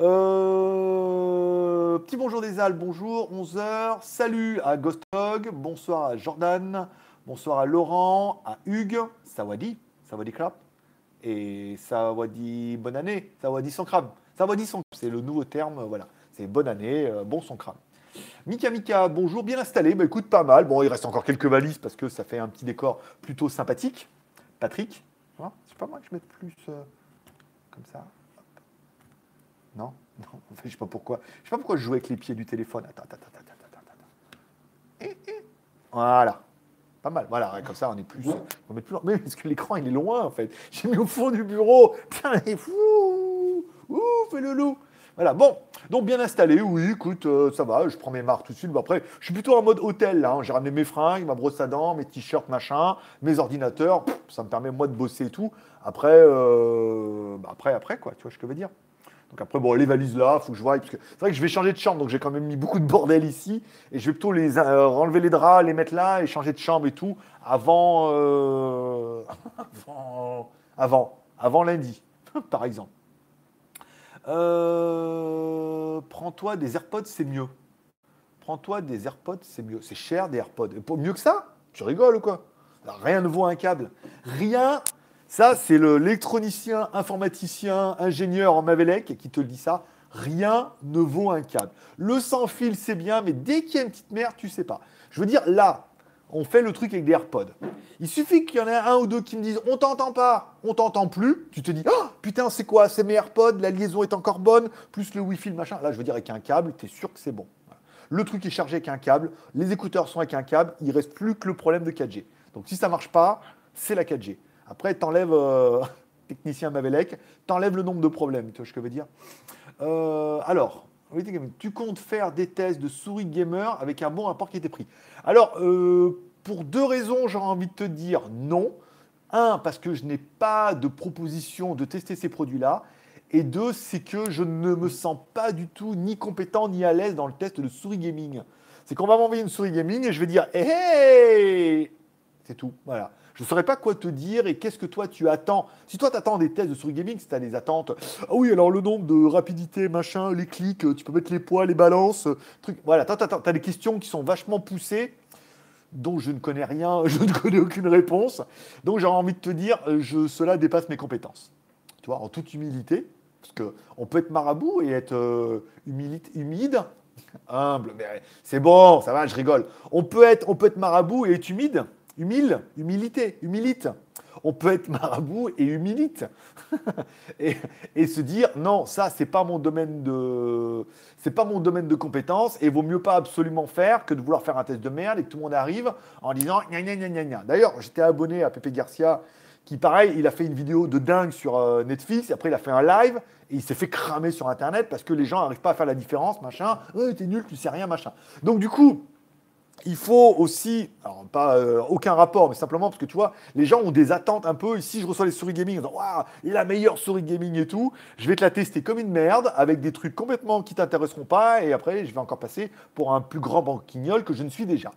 Petit bonjour des Alpes, bonjour, 11h. Salut à Ghostog, bonsoir à Jordan, bonsoir à Laurent, à Hugues, Sawadi Crap, et Sawadi bonne année, Sawadi sans crame. Sawadi sans crame, c'est le nouveau terme, voilà. C'est bonne année, bon sans crame. Mika, bonjour, bien installé. Bah, écoute, pas mal. Bon, il reste encore quelques valises parce que ça fait un petit décor plutôt sympathique. Patrick, hein, c'est pas moi que je mette plus comme ça. Hop. Non, en fait, je sais pas pourquoi. Je sais pas pourquoi je joue avec les pieds du téléphone. Attends. Voilà. Pas mal. Voilà, comme ça, on est plus. On met plus. Mais parce que l'écran, il est loin, en fait. J'ai mis au fond du bureau. Putain, il est fou. Ouh, fais le loup. Voilà, bon, donc bien installé, oui, écoute, ça va, je prends mes marques tout de suite. Bon, après, je suis plutôt en mode hôtel, là. Hein. J'ai ramené mes fringues, ma brosse à dents, mes t-shirts, machin, mes ordinateurs. Ça me permet, moi, de bosser et tout. Après, après, quoi, tu vois ce que je veux dire. Donc après, bon, les valises là, il faut que je voie. Parce que c'est vrai que je vais changer de chambre, donc j'ai quand même mis beaucoup de bordel ici. Et je vais plutôt enlever les draps, les mettre là et changer de chambre et tout avant, avant lundi, par exemple. Prends-toi des AirPods, c'est mieux. Prends-toi des AirPods, c'est mieux. C'est cher des AirPods. Et mieux que ça? Tu rigoles ou quoi? Alors, rien ne vaut un câble. Rien. Ça, c'est l'électronicien, informaticien, ingénieur en Mavelec qui te le dit ça. Rien ne vaut un câble. Le sans fil, c'est bien, mais dès qu'il y a une petite merde, tu sais pas. Je veux dire, là, on fait le truc avec des AirPods. Il suffit qu'il y en ait un ou deux qui me disent on t'entend pas, on t'entend plus. Tu te dis oh putain, c'est quoi? C'est mes AirPods, la liaison est encore bonne, plus le Wi-Fi, le machin. Là, je veux dire, avec un câble, tu es sûr que c'est bon. Voilà. Le truc est chargé avec un câble, les écouteurs sont avec un câble, il reste plus que le problème de 4G. Donc si ça marche pas, c'est la 4G. Après, t'enlèves, technicien Mavelec, t'enlèves le nombre de problèmes, tu vois ce que je veux dire. Alors. Tu comptes faire des tests de souris gamer avec un bon rapport qui était pris. Alors, pour deux raisons, j'aurais envie de te dire non. Un, parce que je n'ai pas de proposition de tester ces produits-là. Et deux, c'est que je ne me sens pas du tout ni compétent ni à l'aise dans le test de souris gaming. C'est qu'on va m'envoyer une souris gaming et je vais dire hey, c'est tout, voilà. Je ne saurais pas quoi te dire et qu'est-ce que toi tu attends. Si toi tu attends des tests de souris gaming, si tu as des attentes, ah oui, alors le nombre de rapidité, machin, les clics, tu peux mettre les poids, les balances, truc. Voilà, tu as des questions qui sont vachement poussées, dont je ne connais rien, je ne connais aucune réponse. Donc j'aurais envie de te dire, cela dépasse mes compétences. Tu vois, en toute humilité, parce qu'on peut être marabout et être humide, humble, mais c'est bon, ça va, je rigole. On peut être marabout et être humide. Humilite. On peut être marabout et humilite. et se dire, non, ça, c'est pas mon domaine de compétence et vaut mieux pas absolument faire que de vouloir faire un test de merde et que tout le monde arrive en disant, gna gna gna gna gna. D'ailleurs, j'étais abonné à Pépé Garcia qui, pareil, il a fait une vidéo de dingue sur Netflix et après, il a fait un live et il s'est fait cramer sur Internet parce que les gens n'arrivent pas à faire la différence, machin. T'es nul, tu sais rien, machin. Donc, du coup, il faut aussi, alors pas aucun rapport, mais simplement parce que tu vois, les gens ont des attentes un peu. Ici, je reçois les souris gaming en disant waouh, la meilleure souris gaming et tout. Je vais te la tester comme une merde avec des trucs complètement qui t'intéresseront pas. Et après, je vais encore passer pour un plus grand banquignol que je ne suis déjà.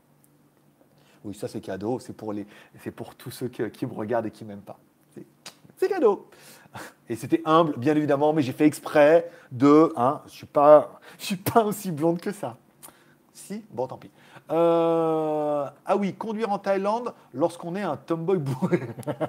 Oui, ça c'est cadeau. C'est pour tous ceux qui me regardent et qui m'aiment pas. C'est cadeau. Et c'était humble, bien évidemment, mais j'ai fait exprès de. Je suis pas aussi blonde que ça. Si, bon, tant pis. Ah oui, conduire en Thaïlande lorsqu'on est un tomboy bourré.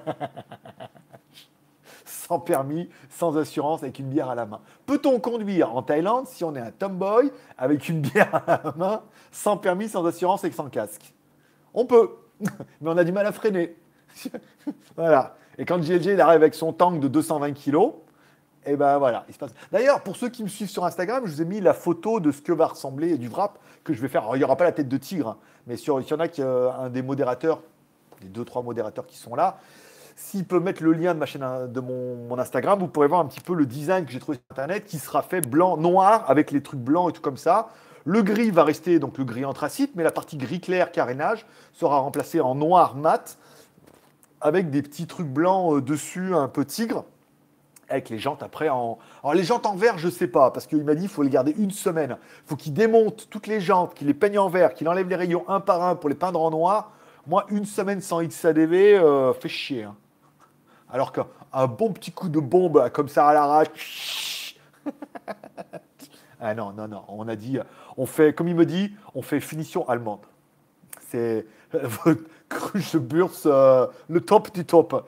Sans permis, sans assurance, avec une bière à la main. Peut-on conduire en Thaïlande si on est un tomboy avec une bière à la main, sans permis, sans assurance et sans casque? On peut, mais on a du mal à freiner. Voilà. Et quand GLG il arrive avec son tank de 220 kilos, et ben voilà, il se passe. D'ailleurs, pour ceux qui me suivent sur Instagram, je vous ai mis la photo de ce que va ressembler du wrap que je vais faire. Alors, il n'y aura pas la tête de tigre, hein, mais s'il y en a qui un des modérateurs les 2-3 modérateurs qui sont là. S'ils peuvent mettre le lien de ma chaîne, de mon Instagram, vous pourrez voir un petit peu le design que j'ai trouvé sur Internet, qui sera fait blanc, noir, avec les trucs blancs et tout comme ça. Le gris va rester donc le gris anthracite, mais la partie gris clair carénage sera remplacée en noir mat, avec des petits trucs blancs dessus, un peu tigre, avec les jantes après en... Alors les jantes en verre, je sais pas, parce qu'il m'a dit qu'il faut les garder une semaine. Il faut qu'il démonte toutes les jantes, qu'il les peigne en vert, qu'il enlève les rayons un par un pour les peindre en noir. Moi, une semaine sans XADV, fait chier. Hein. Alors qu'un bon petit coup de bombe comme ça à l'arrache. Ah non, non, non. On a dit, on fait, comme il me dit, on fait finition allemande. C'est Crush Burst, le top du top.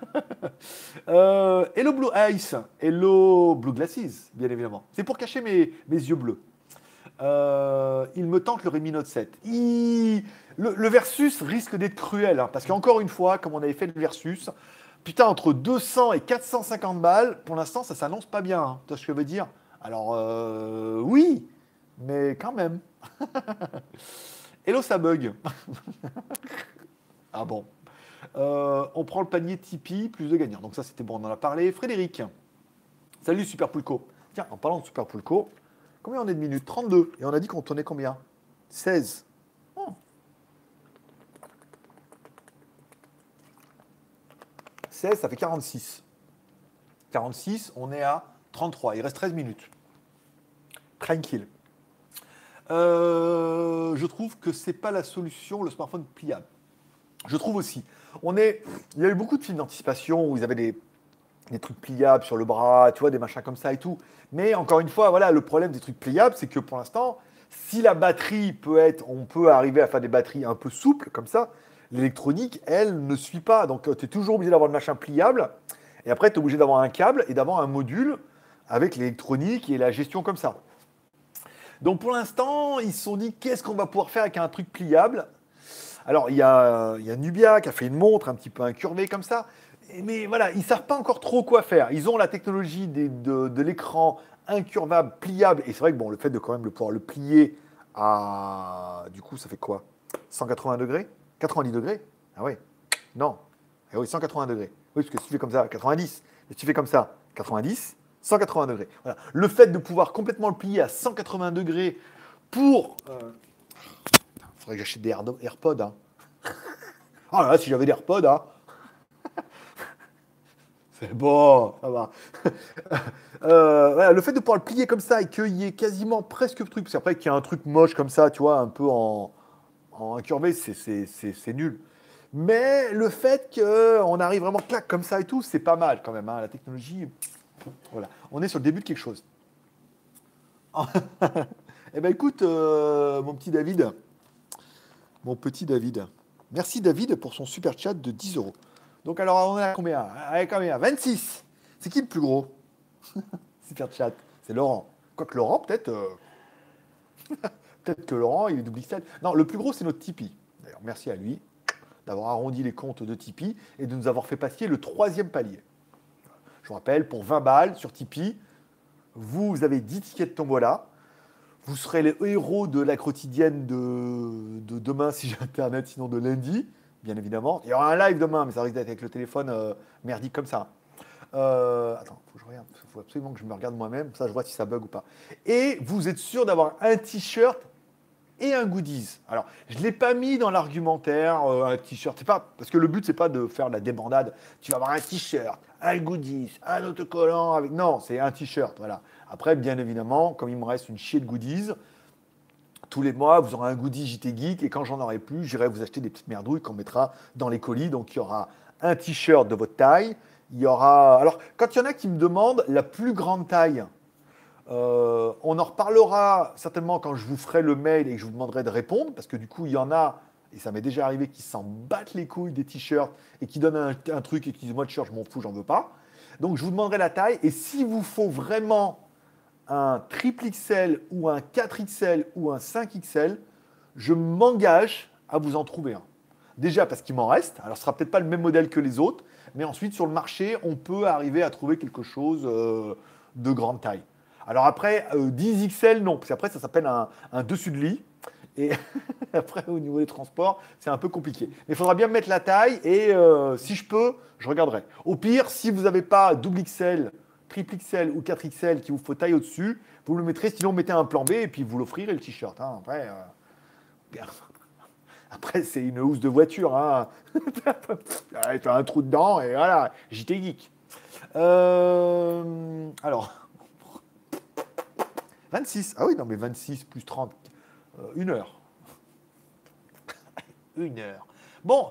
Hello Blue Ice, Hello Blue Glasses, bien évidemment. C'est pour cacher mes yeux bleus. Il me tente le Redmi Note 7. Le versus risque d'être cruel, hein, parce qu'encore une fois, comme on avait fait le versus, putain, entre 200 et 450 balles, pour l'instant, ça s'annonce pas bien. Hein, tu vois ce que je veux dire? Alors, oui, mais quand même. Hello, ça bug. Ah bon. On prend le panier Tipeee, plus de gagnants. Donc ça, c'était bon, on en a parlé. Frédéric. Salut, Super Pulco. Tiens, en parlant de Super Pulco, combien on est de minutes? 32. Et on a dit qu'on tournait combien? 16. Oh. 16, ça fait 46. 46, on est à 33. Il reste 13 minutes. Tranquille. Je trouve que c'est pas la solution, le smartphone pliable. Je trouve aussi. Il y a eu beaucoup de films d'anticipation où ils avaient des trucs pliables sur le bras, tu vois, des machins comme ça et tout. Mais encore une fois, voilà, le problème des trucs pliables, c'est que pour l'instant, si la batterie on peut arriver à faire des batteries un peu souples comme ça, l'électronique, elle, ne suit pas. Donc, tu es toujours obligé d'avoir le machin pliable. Et après, tu es obligé d'avoir un câble et d'avoir un module avec l'électronique et la gestion comme ça. Donc, pour l'instant, ils se sont dit, qu'est-ce qu'on va pouvoir faire avec un truc pliable? Alors, il y a Nubia qui a fait une montre un petit peu incurvée comme ça. Mais voilà, ils ne savent pas encore trop quoi faire. Ils ont la technologie de l'écran incurvable, pliable. Et c'est vrai que bon, le fait de quand même pouvoir le plier à... Du coup, ça fait quoi? 180 degrés? 90 degrés? Ah ouais. Non. Eh oui, 180 degrés. Oui, parce que si tu fais comme ça, 90. Et si tu fais comme ça, 90, 180 degrés. Voilà. Le fait de pouvoir complètement le plier à 180 degrés pour... Il faudrait que j'achète des AirPods. Hein. Ah là, si j'avais des AirPods, hein. C'est bon, ça va. Voilà, le fait de pouvoir le plier comme ça et qu'il y ait quasiment presque le truc, parce qu'après qu'il y a un truc moche comme ça, tu vois, un peu en incurvé, c'est nul. Mais le fait qu'on arrive vraiment clac comme ça et tout, c'est pas mal quand même. Hein. La technologie, voilà. On est sur le début de quelque chose. Eh ben écoute, mon petit David. Merci David pour son super chat de 10 euros. Donc alors on est à combien? Allez, combien? 26. C'est qui le plus gros? Super chat. C'est Laurent. Quoique Laurent, peut-être... peut-être que Laurent, il est double XL. Non, le plus gros, c'est notre Tipeee. D'ailleurs, merci à lui d'avoir arrondi les comptes de Tipeee et de nous avoir fait passer le 3e palier. Je vous rappelle, pour 20 balles sur Tipeee, vous avez 10 tickets de tombola. Vous serez les héros de la quotidienne de demain si j'ai Internet, sinon de lundi, bien évidemment. Il y aura un live demain, mais ça risque d'être avec le téléphone merdique comme ça. Attends, faut que je regarde. Il faut absolument que je me regarde moi-même, ça je vois si ça bug ou pas. Et vous êtes sûr d'avoir un t-shirt et un goodies. Alors, je ne l'ai pas mis dans l'argumentaire, un t-shirt. C'est pas, parce que le but, c'est pas de faire de la débandade. Tu vas avoir un t-shirt, un goodies, un autocollant. Non, c'est un t-shirt, voilà. Après, bien évidemment, comme il me reste une chier de goodies, tous les mois, vous aurez un goodie JT Geek. Et quand j'en aurai plus, j'irai vous acheter des petites merdouilles qu'on mettra dans les colis. Donc, il y aura un t-shirt de votre taille. Il y aura... Alors, quand il y en a qui me demandent la plus grande taille, on en reparlera certainement quand je vous ferai le mail et que je vous demanderai de répondre, parce que du coup, il y en a, et ça m'est déjà arrivé, qui s'en battent les couilles des t-shirts et qui donnent un truc et qui disent moi, le t-shirt, je m'en fous, j'en veux pas. Donc, je vous demanderai la taille. Et s'il vous faut vraiment un triple XL ou un 4XL ou un 5XL, je m'engage à vous en trouver un. Déjà parce qu'il m'en reste. Alors, ce sera peut-être pas le même modèle que les autres, mais ensuite, sur le marché, on peut arriver à trouver quelque chose de grande taille. Alors après, 10XL, non, parce qu'après, ça s'appelle un dessus de lit. Et après, au niveau des transports, c'est un peu compliqué. Mais il faudra bien me mettre la taille et si je peux, je regarderai. Au pire, si vous n'avez pas double XL, triple XL ou 4XL qui vous faut taille au-dessus, vous le mettrez, sinon mettez un plan B et puis vous l'offrirez le t-shirt. Hein. Après, c'est une housse de voiture. Hein. T'as un trou dedans et voilà, JT Geek. Alors, 26. Ah oui, non, mais 26 plus 30, 1 heure. 1 heure. Bon,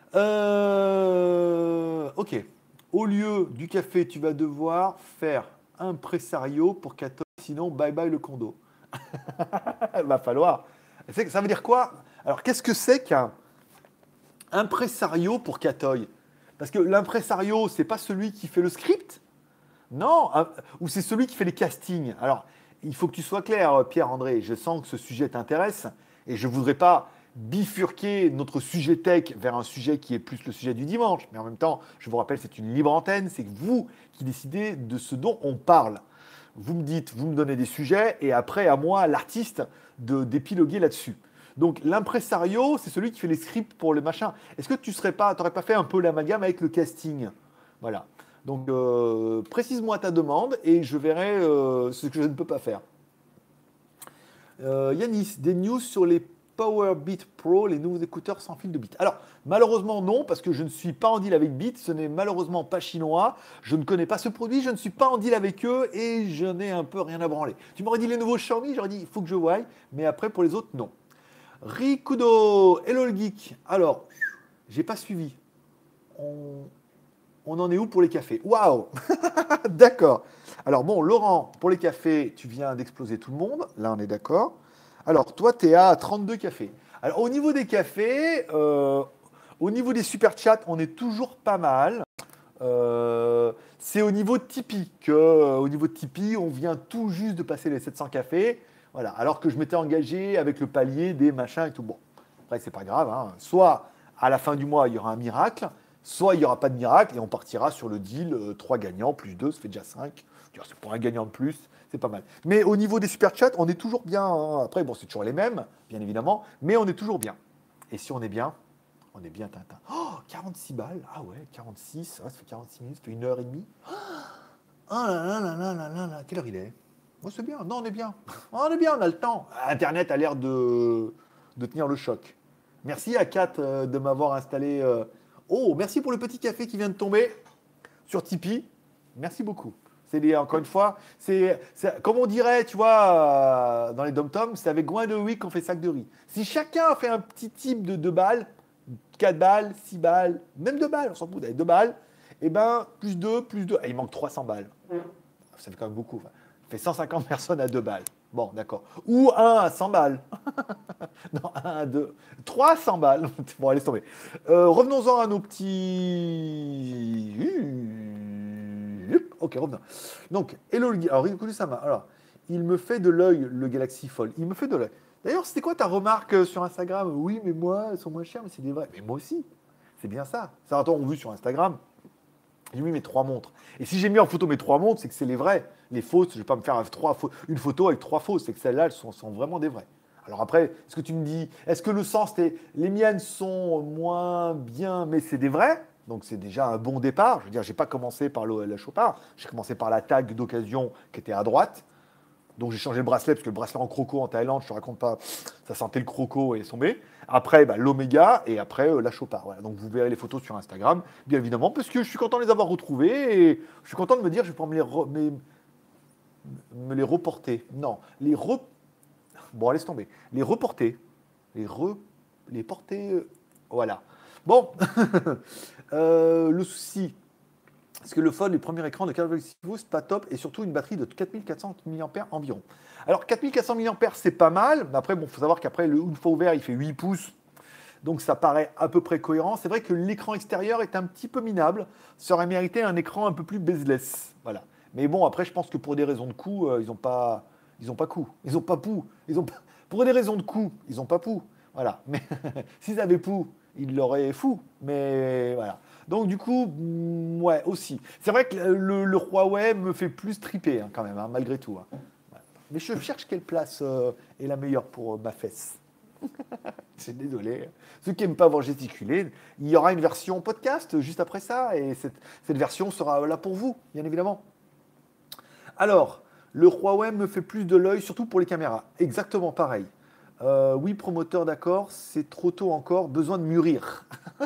ok. Au lieu du café, tu vas devoir faire un pressario pour 14, sinon bye bye le condo. Va falloir. Ça veut dire quoi? Alors, qu'est-ce que c'est qu'un impresario pour Catoy? Parce que l'impresario, c'est pas celui qui fait le script? Non, ou c'est celui qui fait les castings. Alors, il faut que tu sois clair, Pierre-André. Je sens que ce sujet t'intéresse et je voudrais pas bifurquer notre sujet tech vers un sujet qui est plus le sujet du dimanche. Mais en même temps, je vous rappelle, c'est une libre antenne. C'est vous qui décidez de ce dont on parle. Vous me dites, vous me donnez des sujets et après, à moi, l'artiste, d'épiloguer là-dessus. Donc, l'impresario, c'est celui qui fait les scripts pour les machins. Est-ce que tu n'aurais pas fait un peu l'amalgame avec le casting? Voilà. Donc, précise-moi ta demande et je verrai ce que je ne peux pas faire. Yanis, des news sur les Powerbeat Pro, les nouveaux écouteurs sans fil de bit. Alors, malheureusement, non, parce que je ne suis pas en deal avec Beat. Ce n'est malheureusement pas chinois. Je ne connais pas ce produit. Je ne suis pas en deal avec eux et je n'ai un peu rien à branler. Tu m'aurais dit les nouveaux Xiaomi, j'aurais dit il faut que je voie. Mais après, pour les autres, non. Rikudo, hello le geek. Alors, j'ai pas suivi. On en est où pour les cafés? Waouh. D'accord. Alors bon, Laurent, pour les cafés, tu viens d'exploser tout le monde. Là, on est d'accord. Alors, toi, tu es à 32 cafés. Alors, au niveau des cafés, au niveau des super chats, on est toujours pas mal. C'est au niveau de Tipeee au niveau de Tipeee, on vient tout juste de passer les 700 cafés. Voilà. Alors que je m'étais engagé avec le palier des machins et tout. Bon, après, c'est pas grave. Hein. Soit à la fin du mois, il y aura un miracle. Soit il n'y aura pas de miracle et on partira sur le deal 3 gagnants plus 2, ça fait déjà 5. C'est pour un gagnant de plus, c'est pas mal. Mais au niveau des super chats, on est toujours bien. Hein. Après, bon, c'est toujours les mêmes, bien évidemment, mais on est toujours bien. Et si on est bien Tintin. Oh, 46 balles. Ah ouais, 46, ça fait 46 minutes, ça fait 1 heure et demie. Oh là là là là là là là. Quelle heure il est? Oh, c'est bien. Non, on est bien. On est bien, on a le temps. Internet a l'air de tenir le choc. Merci à Kat de m'avoir installé. Oh, merci pour le petit café qui vient de tomber sur Tipeee. Merci beaucoup. Encore une fois, c'est comme on dirait, tu vois, dans les dom-toms, c'est avec Gouin de Wick qu'on fait sac de riz. Si chacun fait un petit type de 2 balles, 4 balles, 6 balles, même 2 balles, on s'en fout, 2 balles, et ben plus 2, plus 2. Il manque 300 balles. Ça fait quand même beaucoup. Enfin, ça fait 150 personnes à 2 balles. Bon, d'accord. Ou 1 à 100 balles. Non, 1 à 2. 300 balles. Bon, allez, tomber. Revenons-en à nos petits. Ok, revenons. Donc, hello, alors, alors, il me fait de l'œil, le Galaxy Fold. Il me fait de l'œil. D'ailleurs, c'était quoi ta remarque sur Instagram? Oui, mais moi, elles sont moins chères, mais c'est des vrais. Mais moi aussi. C'est bien ça. Certains ont vu sur Instagram. J'ai mis mes 3 montres. Et si j'ai mis en photo mes 3 montres, c'est que c'est les vraies. Les fausses, je ne vais pas me faire une photo avec 3 fausses. C'est que celles-là, elles sont vraiment des vraies. Alors après, est-ce que tu me dis, est-ce que le sens, les miennes sont moins bien, mais c'est des vraies? Donc c'est déjà un bon départ. Je veux dire, j'ai pas commencé par la Chopard. J'ai commencé par la tag d'occasion qui était à droite. Donc j'ai changé le bracelet, parce que le bracelet en croco en Thaïlande, je te raconte pas, ça sentait le croco et sombé. Après, l'Oméga et après la Chopard. Voilà. Donc vous verrez les photos sur Instagram, bien évidemment, parce que je suis content de les avoir retrouvées et je suis content de me dire, je vais pouvoir me les reporter. Non, bon, laisse tomber. Les reporter. Les porter. Voilà. Bon, le souci, parce que le Fold, le premier écran de 4,6 pouces, pas top, et surtout une batterie de 4400 mAh environ. Alors 4400 mAh, c'est pas mal, mais après, bon, faut savoir qu'après, une fois ouvert, il fait 8 pouces, donc ça paraît à peu près cohérent. C'est vrai que l'écran extérieur est un petit peu minable, ça aurait mérité un écran un peu plus bezeless, voilà. Mais bon, après, je pense que pour des raisons de coût, ils n'ont pas coût, ils n'ont pas pou, pour des raisons de coût, ils n'ont pas pou, voilà. Mais s'ils avaient pou, ils l'auraient fou, mais voilà. Donc du coup, ouais, aussi. C'est vrai que le Huawei me fait plus triper quand même, malgré tout. Hein. Ouais. Mais je cherche quelle place est la meilleure pour ma fesse. Je suis désolé. Ceux qui n'aiment pas voir gesticuler, il y aura une version podcast juste après ça, et cette version sera là pour vous, bien évidemment. Alors, le Huawei me fait plus de l'œil, surtout pour les caméras. Exactement pareil. Oui, promoteur, d'accord, c'est trop tôt encore, besoin de mûrir.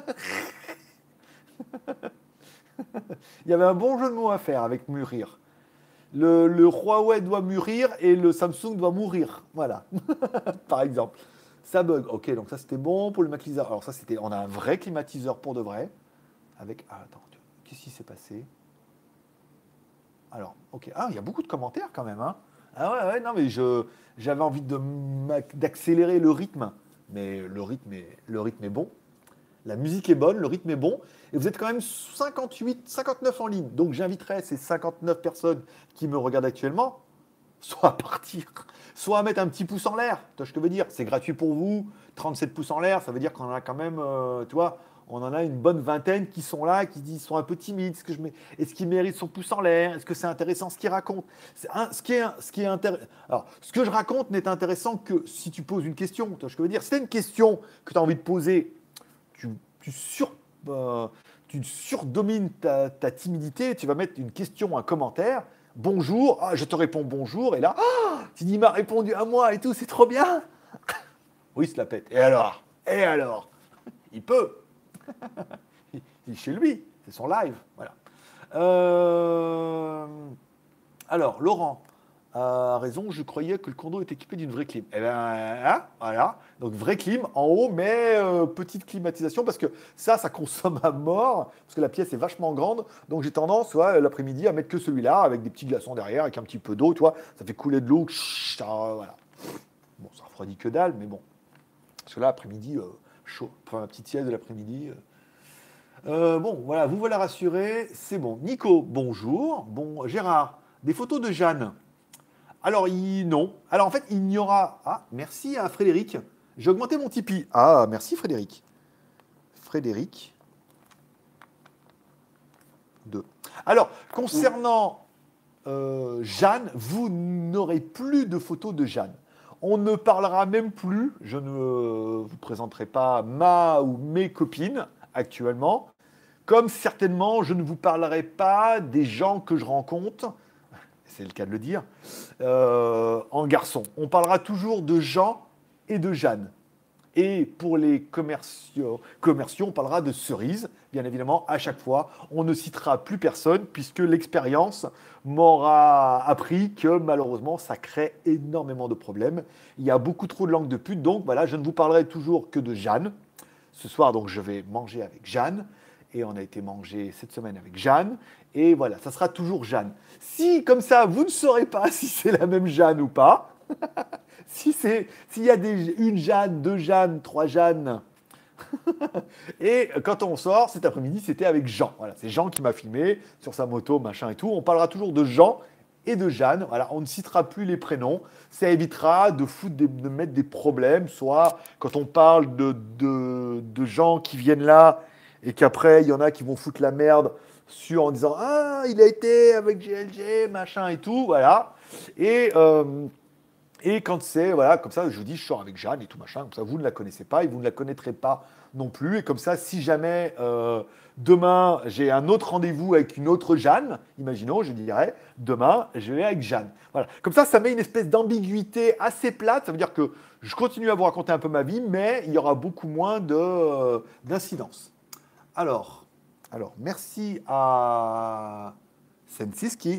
Il y avait un bon jeu de mots à faire avec mûrir. Le Huawei doit mûrir et le Samsung doit mourir. Voilà, par exemple. Ça bug. Ok, donc ça c'était bon pour le climatiseur. Alors ça c'était, on a un vrai climatiseur pour de vrai. Avec, ah, attends, qu'est-ce qui s'est passé? Alors, ok. Ah, il y a beaucoup de commentaires quand même, hein. Ah ouais, ouais, non, mais j'avais envie d'accélérer le rythme. Mais le rythme est bon. La musique est bonne, le rythme est bon. Et vous êtes quand même 58, 59 en ligne. Donc j'inviterai ces 59 personnes qui me regardent actuellement, soit à partir, soit à mettre un petit pouce en l'air. Tu vois ce que je veux dire? C'est gratuit pour vous. 37 pouces en l'air, ça veut dire qu'on en a quand même, tu vois, on en a une bonne vingtaine qui sont là, qui disent, sont un peu timides. Est-ce qu'ils méritent son pouce en l'air? Est-ce que c'est intéressant ce qu'ils racontent? Alors, ce que je raconte n'est intéressant que si tu poses une question. Tu vois ce que je veux dire? Si tu as une question que tu as envie de poser, tu, tu, sur, euh, tu surdomines ta timidité, tu vas mettre une question, un commentaire. Bonjour, ah, je te réponds bonjour, et là, ah, tu dis, il m'a répondu à moi et tout, c'est trop bien. Oui, il se la pète. Et alors? Et alors? Il peut. Il est chez lui, c'est son live. Voilà. Euh, Alors, Laurent a raison, je croyais que le condo était équipé d'une vraie clim. Eh bien, hein, voilà. Donc, vraie clim en haut, mais petite climatisation, parce que ça consomme à mort, parce que la pièce est vachement grande. Donc, j'ai tendance, ouais, l'après-midi, à mettre que celui-là, avec des petits glaçons derrière, avec un petit peu d'eau, tu vois. Ça fait couler de l'eau. Voilà. Bon, ça refroidit que dalle, mais bon. Parce que là, après-midi, chaud. Enfin, la petite sieste de l'après-midi. Bon, voilà, vous voilà rassuré, c'est bon. Nico, bonjour. Bon, Gérard, des photos de Jeanne. Alors, non. Alors, en fait, il n'y aura. Ah, merci à Frédéric. J'ai augmenté mon Tipeee. Ah, merci Frédéric. Frédéric 2. Alors, concernant Jeanne, vous n'aurez plus de photos de Jeanne. On ne parlera même plus, je ne vous présenterai pas ma ou mes copines actuellement, comme certainement je ne vous parlerai pas des gens que je rencontre, c'est le cas de le dire, en garçon. On parlera toujours de Jean et de Jeanne. Et pour les commerciaux, on parlera de cerises, bien évidemment, à chaque fois. On ne citera plus personne, puisque l'expérience m'aura appris que malheureusement, ça crée énormément de problèmes. Il y a beaucoup trop de langues de pute, donc voilà, je ne vous parlerai toujours que de Jeanne. Ce soir, donc, je vais manger avec Jeanne. Et on a été manger cette semaine avec Jeanne. Et voilà, ça sera toujours Jeanne. Si, comme ça, vous ne saurez pas si c'est la même Jeanne ou pas, s'il y a une Jeanne, deux Jeannes, trois Jeannes, et quand on sort, cet après-midi, c'était avec Jean. Voilà, c'est Jean qui m'a filmé sur sa moto, machin et tout. On parlera toujours de Jean et de Jeanne. Voilà, on ne citera plus les prénoms. Ça évitera de mettre des problèmes, soit quand on parle de gens qui viennent là et qu'après, il y en a qui vont foutre la merde en disant ah, il a été avec GLG, machin et tout. Voilà. Et quand c'est, voilà, comme ça, je vous dis, je sors avec Jeanne et tout machin, comme ça, vous ne la connaissez pas et vous ne la connaîtrez pas non plus. Et comme ça, si jamais demain, j'ai un autre rendez-vous avec une autre Jeanne, imaginons, je dirais, demain, je vais avec Jeanne. Voilà. Comme ça met une espèce d'ambiguïté assez plate. Ça veut dire que je continue à vous raconter un peu ma vie, mais il y aura beaucoup moins d'incidence. Alors, merci à Sensiski.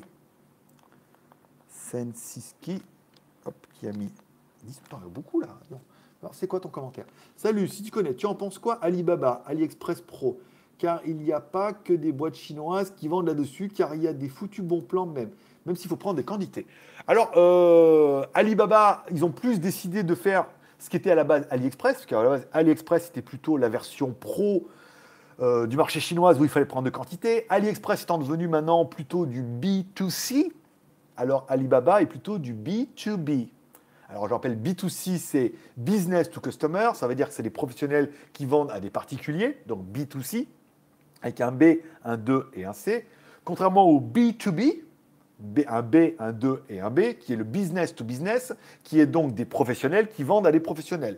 Hop, qui a mis 10. Putain, il y a beaucoup là. Non. Alors, c'est quoi ton commentaire? Salut, si tu connais, tu en penses quoi Alibaba, AliExpress Pro? Car il n'y a pas que des boîtes chinoises qui vendent là-dessus, car il y a des foutus bons plans même s'il faut prendre des quantités. Alors, Alibaba, ils ont plus décidé de faire ce qui était à la base AliExpress, parce qu'à la base, AliExpress, c'était plutôt la version pro du marché chinois où il fallait prendre de quantités. AliExpress étant devenu maintenant plutôt du B2C, alors Alibaba est plutôt du B2B. Alors je rappelle, B2C, c'est Business to Customer, ça veut dire que c'est des professionnels qui vendent à des particuliers, donc B2C, avec un B, un 2 et un C. Contrairement au B2B, un B, un 2 et un B, qui est le Business to Business, qui est donc des professionnels qui vendent à des professionnels.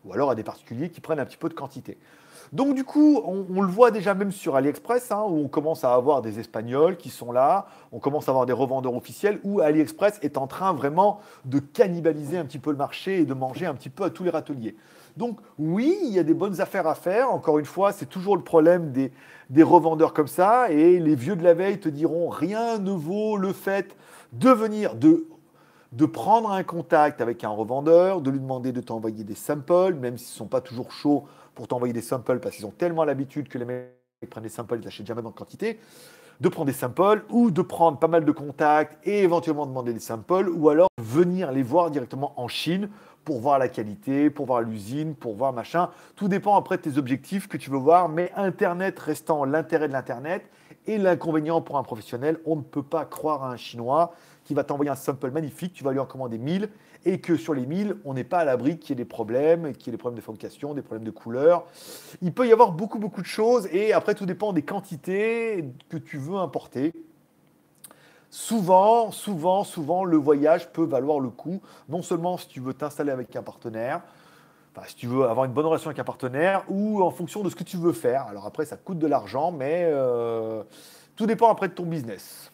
ou alors à des particuliers qui prennent un petit peu de quantité. Donc du coup, on le voit déjà même sur AliExpress, hein, où on commence à avoir des Espagnols qui sont là, on commence à avoir des revendeurs officiels, où AliExpress est en train vraiment de cannibaliser un petit peu le marché et de manger un petit peu à tous les râteliers. Donc oui, il y a des bonnes affaires à faire. Encore une fois, c'est toujours le problème des revendeurs comme ça, et les vieux de la veille te diront rien ne vaut le fait de venir, de prendre un contact avec un revendeur, de lui demander de t'envoyer des samples, même s'ils ne sont pas toujours chauds pour t'envoyer des samples, parce qu'ils ont tellement l'habitude que les mecs prennent des samples, ils n'achètent jamais dans de quantité, de prendre des samples ou de prendre pas mal de contacts et éventuellement demander des samples, ou alors venir les voir directement en Chine pour voir la qualité, pour voir l'usine, pour voir machin. Tout dépend après de tes objectifs que tu veux voir, mais Internet restant l'intérêt de l'Internet et l'inconvénient pour un professionnel, on ne peut pas croire à un Chinois qui va t'envoyer un sample magnifique, tu vas lui en commander 1000, et que sur les 1000, on n'est pas à l'abri qu'il y ait des problèmes, qu'il y ait des problèmes de fabrication, des problèmes de couleur. Il peut y avoir beaucoup, beaucoup de choses, et après, tout dépend des quantités que tu veux importer. Souvent, le voyage peut valoir le coup, non seulement si tu veux t'installer avec un partenaire, enfin, si tu veux avoir une bonne relation avec un partenaire, ou en fonction de ce que tu veux faire. Alors après, ça coûte de l'argent, mais tout dépend après de ton business.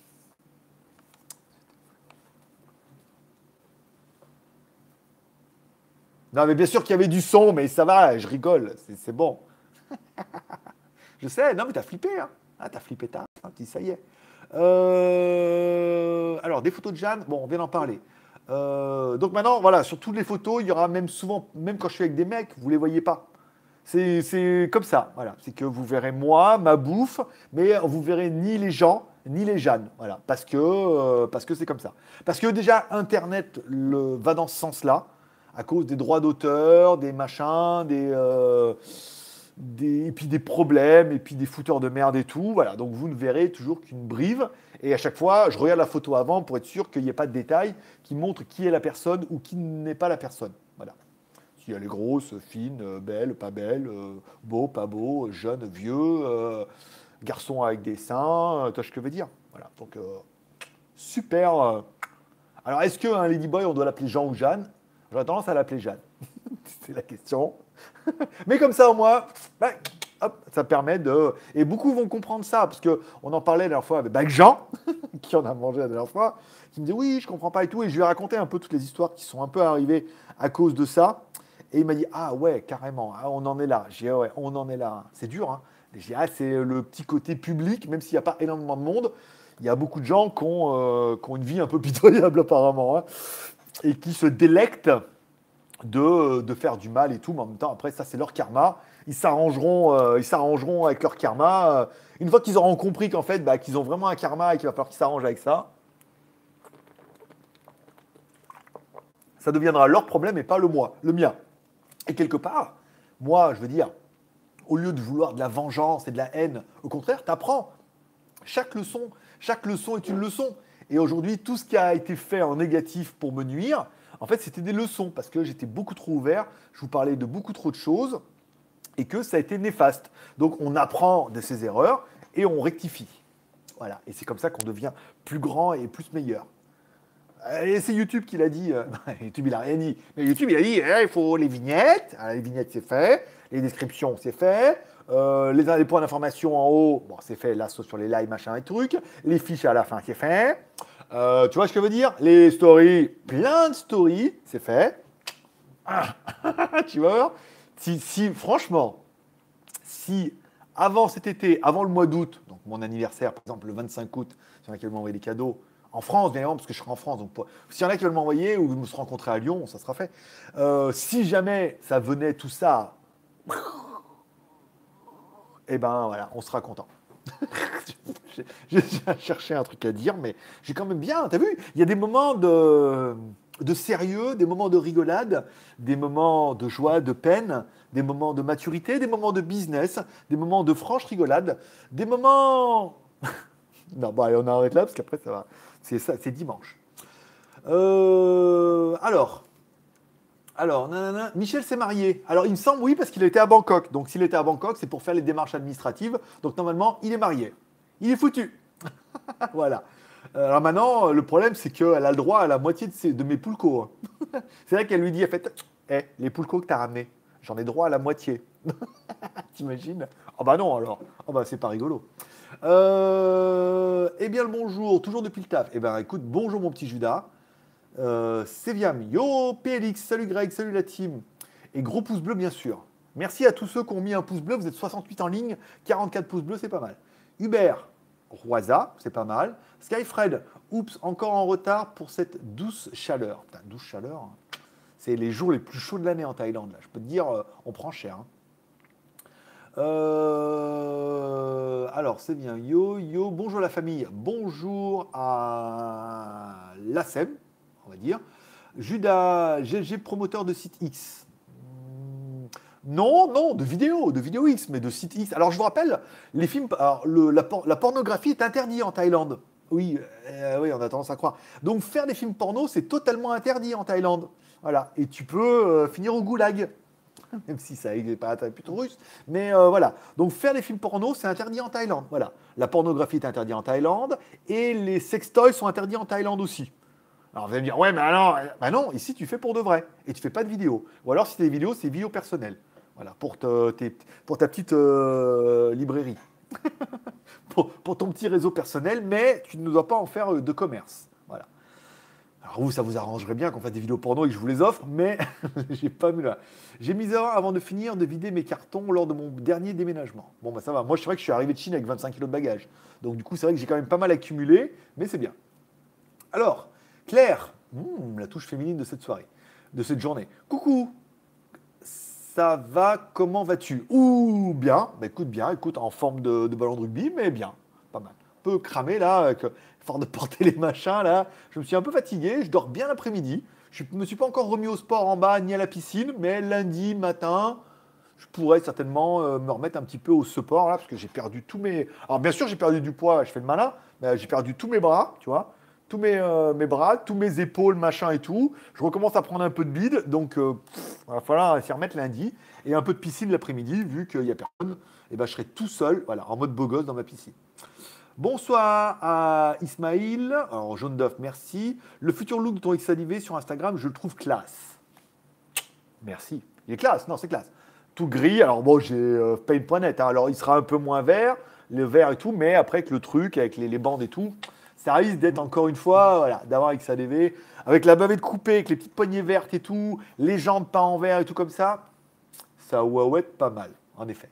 Non, mais bien sûr qu'il y avait du son, mais ça va, je rigole, c'est bon. Je sais, non, mais t'as flippé, hein. Ah, t'as flippé, hein, tu dis, ça y est. Alors, des photos de Jeanne, bon, on vient d'en parler. Donc maintenant, voilà, sur toutes les photos, il y aura même souvent, même quand je suis avec des mecs, vous ne les voyez pas. C'est comme ça, voilà. C'est que vous verrez moi, ma bouffe, mais vous verrez ni les gens, ni les Jeannes, voilà. Parce que c'est comme ça. Parce que déjà, Internet va dans ce sens-là, à cause des droits d'auteur, des machins, et puis des problèmes, et puis des fouteurs de merde et tout. Voilà, donc vous ne verrez toujours qu'une brive. Et à chaque fois, je regarde la photo avant pour être sûr qu'il n'y ait pas de détails qui montrent qui est la personne ou qui n'est pas la personne. Voilà. Si elle est grosse, fine, belle, pas belle, beau, pas beau, jeune, vieux, garçon avec des seins, tu vois ce que je veux dire. Voilà, donc super. Alors, est-ce qu'un ladyboy, on doit l'appeler Jean ou Jeanne? J'aurais tendance à l'appeler Jeanne. C'est la question. Mais comme ça, au moins, bah, hop, ça permet de... Et beaucoup vont comprendre ça, parce qu'on en parlait la dernière fois avec Jean, qui en a mangé la dernière fois, qui me dit oui, je comprends pas et tout, et je lui ai raconté un peu toutes les histoires qui sont un peu arrivées à cause de ça. Et il m'a dit, ah ouais, carrément, ah, on en est là. J'ai dit, ah ouais, on en est là. C'est dur, hein. J'ai dit, ah, c'est le petit côté public, même s'il n'y a pas énormément de monde, il y a beaucoup de gens qui ont une vie un peu pitoyable apparemment, hein, et qui se délectent de faire du mal et tout, mais en même temps, après, ça, c'est leur karma. Ils s'arrangeront avec leur karma. Une fois qu'ils auront compris qu'en fait, bah, qu'ils ont vraiment un karma et qu'il va falloir qu'ils s'arrangent avec ça, ça deviendra leur problème et pas le mien. Et quelque part, moi, je veux dire, au lieu de vouloir de la vengeance et de la haine, au contraire, t'apprends. Chaque leçon est une leçon. Et aujourd'hui, tout ce qui a été fait en négatif pour me nuire, en fait, c'était des leçons parce que j'étais beaucoup trop ouvert, je vous parlais de beaucoup trop de choses et que ça a été néfaste. Donc, on apprend de ses erreurs et on rectifie. Voilà. Et c'est comme ça qu'on devient plus grand et plus meilleur. Et c'est YouTube qui l'a dit. YouTube, il n'a rien dit. Mais YouTube, il a dit il faut les vignettes. Alors, les vignettes, c'est fait. Les descriptions, c'est fait. Les points d'information en haut, bon, c'est fait. Là, sur les lives, machin et trucs. Les fiches à la fin, c'est fait. Tu vois ce que je veux dire? Les stories, plein de stories, c'est fait. Tu vois? Franchement, si avant cet été, avant le mois d'août, donc mon anniversaire, par exemple, le 25 août, s'il y en a qui veulent m'envoyer des cadeaux, en France, bien évidemment, parce que je serai en France. Donc, s'il y en a qui veulent m'envoyer ou nous se rencontrer à Lyon, ça sera fait. Si jamais ça venait tout ça, eh ben voilà, on sera content. J'ai cherché un truc à dire, mais j'ai quand même bien. T'as vu? Il y a des moments de sérieux, des moments de rigolade, des moments de joie, de peine, des moments de maturité, des moments de business, des moments de franche rigolade, des moments. Non, bon, allez, on arrête là parce qu'après ça va. C'est ça, c'est dimanche. Alors, nanana, Michel s'est marié. Alors, il me semble, oui, parce qu'il était à Bangkok. Donc, s'il était à Bangkok, c'est pour faire les démarches administratives. Donc, normalement, il est marié. Il est foutu. Voilà. Alors maintenant, le problème, c'est qu'elle a le droit à la moitié de mes poulcos. C'est là qu'elle lui dit, elle fait, les poulcos que tu as ramenés, J'en ai droit à la moitié. T'imagines? Ah bah non alors. Ah bah c'est pas rigolo. Eh bien le bonjour, toujours depuis le taf. Eh ben écoute, bonjour mon petit Judas. Seviam, yo PLX, salut Greg, salut la team. Et gros pouce bleu bien sûr. Merci à tous ceux qui ont mis un pouce bleu, vous êtes 68 en ligne, 44 pouces bleus, c'est pas mal. Hubert, Roisa, c'est pas mal. Skyfred, oups, encore en retard pour cette douce chaleur. Putain, douce chaleur, hein. C'est les jours les plus chauds de l'année en Thaïlande. Là. Je peux te dire, on prend cher. Hein. Alors, c'est bien. Yo, yo, bonjour la famille. Bonjour à l'ASEM, on va dire. Judas, GG, promoteur de site X. Non, non, de vidéo X, mais de site X. Alors, je vous rappelle, les films, alors, la pornographie est interdite en Thaïlande. Oui, oui, on a tendance à croire. Donc, faire des films porno, c'est totalement interdit en Thaïlande. Voilà. Et tu peux finir au goulag. Même si ça n'est pas plutôt russe. Mais voilà. Donc, faire des films porno, c'est interdit en Thaïlande. Voilà. La pornographie est interdite en Thaïlande. Et les sextoys sont interdits en Thaïlande aussi. Alors, vous allez me dire, ouais, mais alors, bah non, ici, tu fais pour de vrai. Et tu fais pas de vidéo. Ou alors, si c'est des vidéos, c'est vidéo personnelles. Voilà, pour ta petite librairie. pour ton petit réseau personnel, mais tu ne dois pas en faire de commerce. Voilà. Alors vous, ça vous arrangerait bien qu'on fasse des vidéos porno et que je vous les offre, mais j'ai pas mis là. J'ai mis erreur avant de finir de vider mes cartons lors de mon dernier déménagement. Bon, bah ça va. Moi, c'est vrai que je suis arrivé de Chine avec 25 kilos de bagages. Donc du coup, c'est vrai que j'ai quand même pas mal accumulé, mais c'est bien. Alors, Claire, la touche féminine de cette soirée, de cette journée. Coucou, ça va, comment vas-tu? Ouh, bien, bah, écoute, en forme de ballon de rugby, mais bien, pas mal. Un peu cramé là, avec, fort de porter les machins là. Je me suis un peu fatigué, je dors bien l'après-midi. Je ne me suis pas encore remis au sport en bas ni à la piscine, mais lundi matin, je pourrais certainement me remettre un petit peu au sport là, parce que j'ai perdu tous mes. Alors bien sûr, j'ai perdu du poids, je fais le malin, mais j'ai perdu tous mes bras, tu vois. Tous mes bras, tous mes épaules, machin et tout. Je recommence à prendre un peu de bide, donc il va falloir s'y remettre lundi. Et un peu de piscine l'après-midi, vu qu'il n'y a personne. Et ben, je serai tout seul, voilà, en mode beau gosse dans ma piscine. Bonsoir à Ismaïl. Alors, jaune d'œuf, merci. Le futur look de ton XADV sur Instagram, je le trouve classe. Merci. Il est classe, non, c'est classe. Tout gris. Alors, bon, j'ai paint.net. Hein. Alors, il sera un peu moins vert, le vert et tout, mais après, avec le truc, avec les bandes et tout, ça risque d'être encore une fois, voilà, d'avoir XADV. Avec la bavette coupée, avec les petites poignées vertes et tout, les jambes pas en vert et tout comme ça, ça ouais, pas mal, en effet.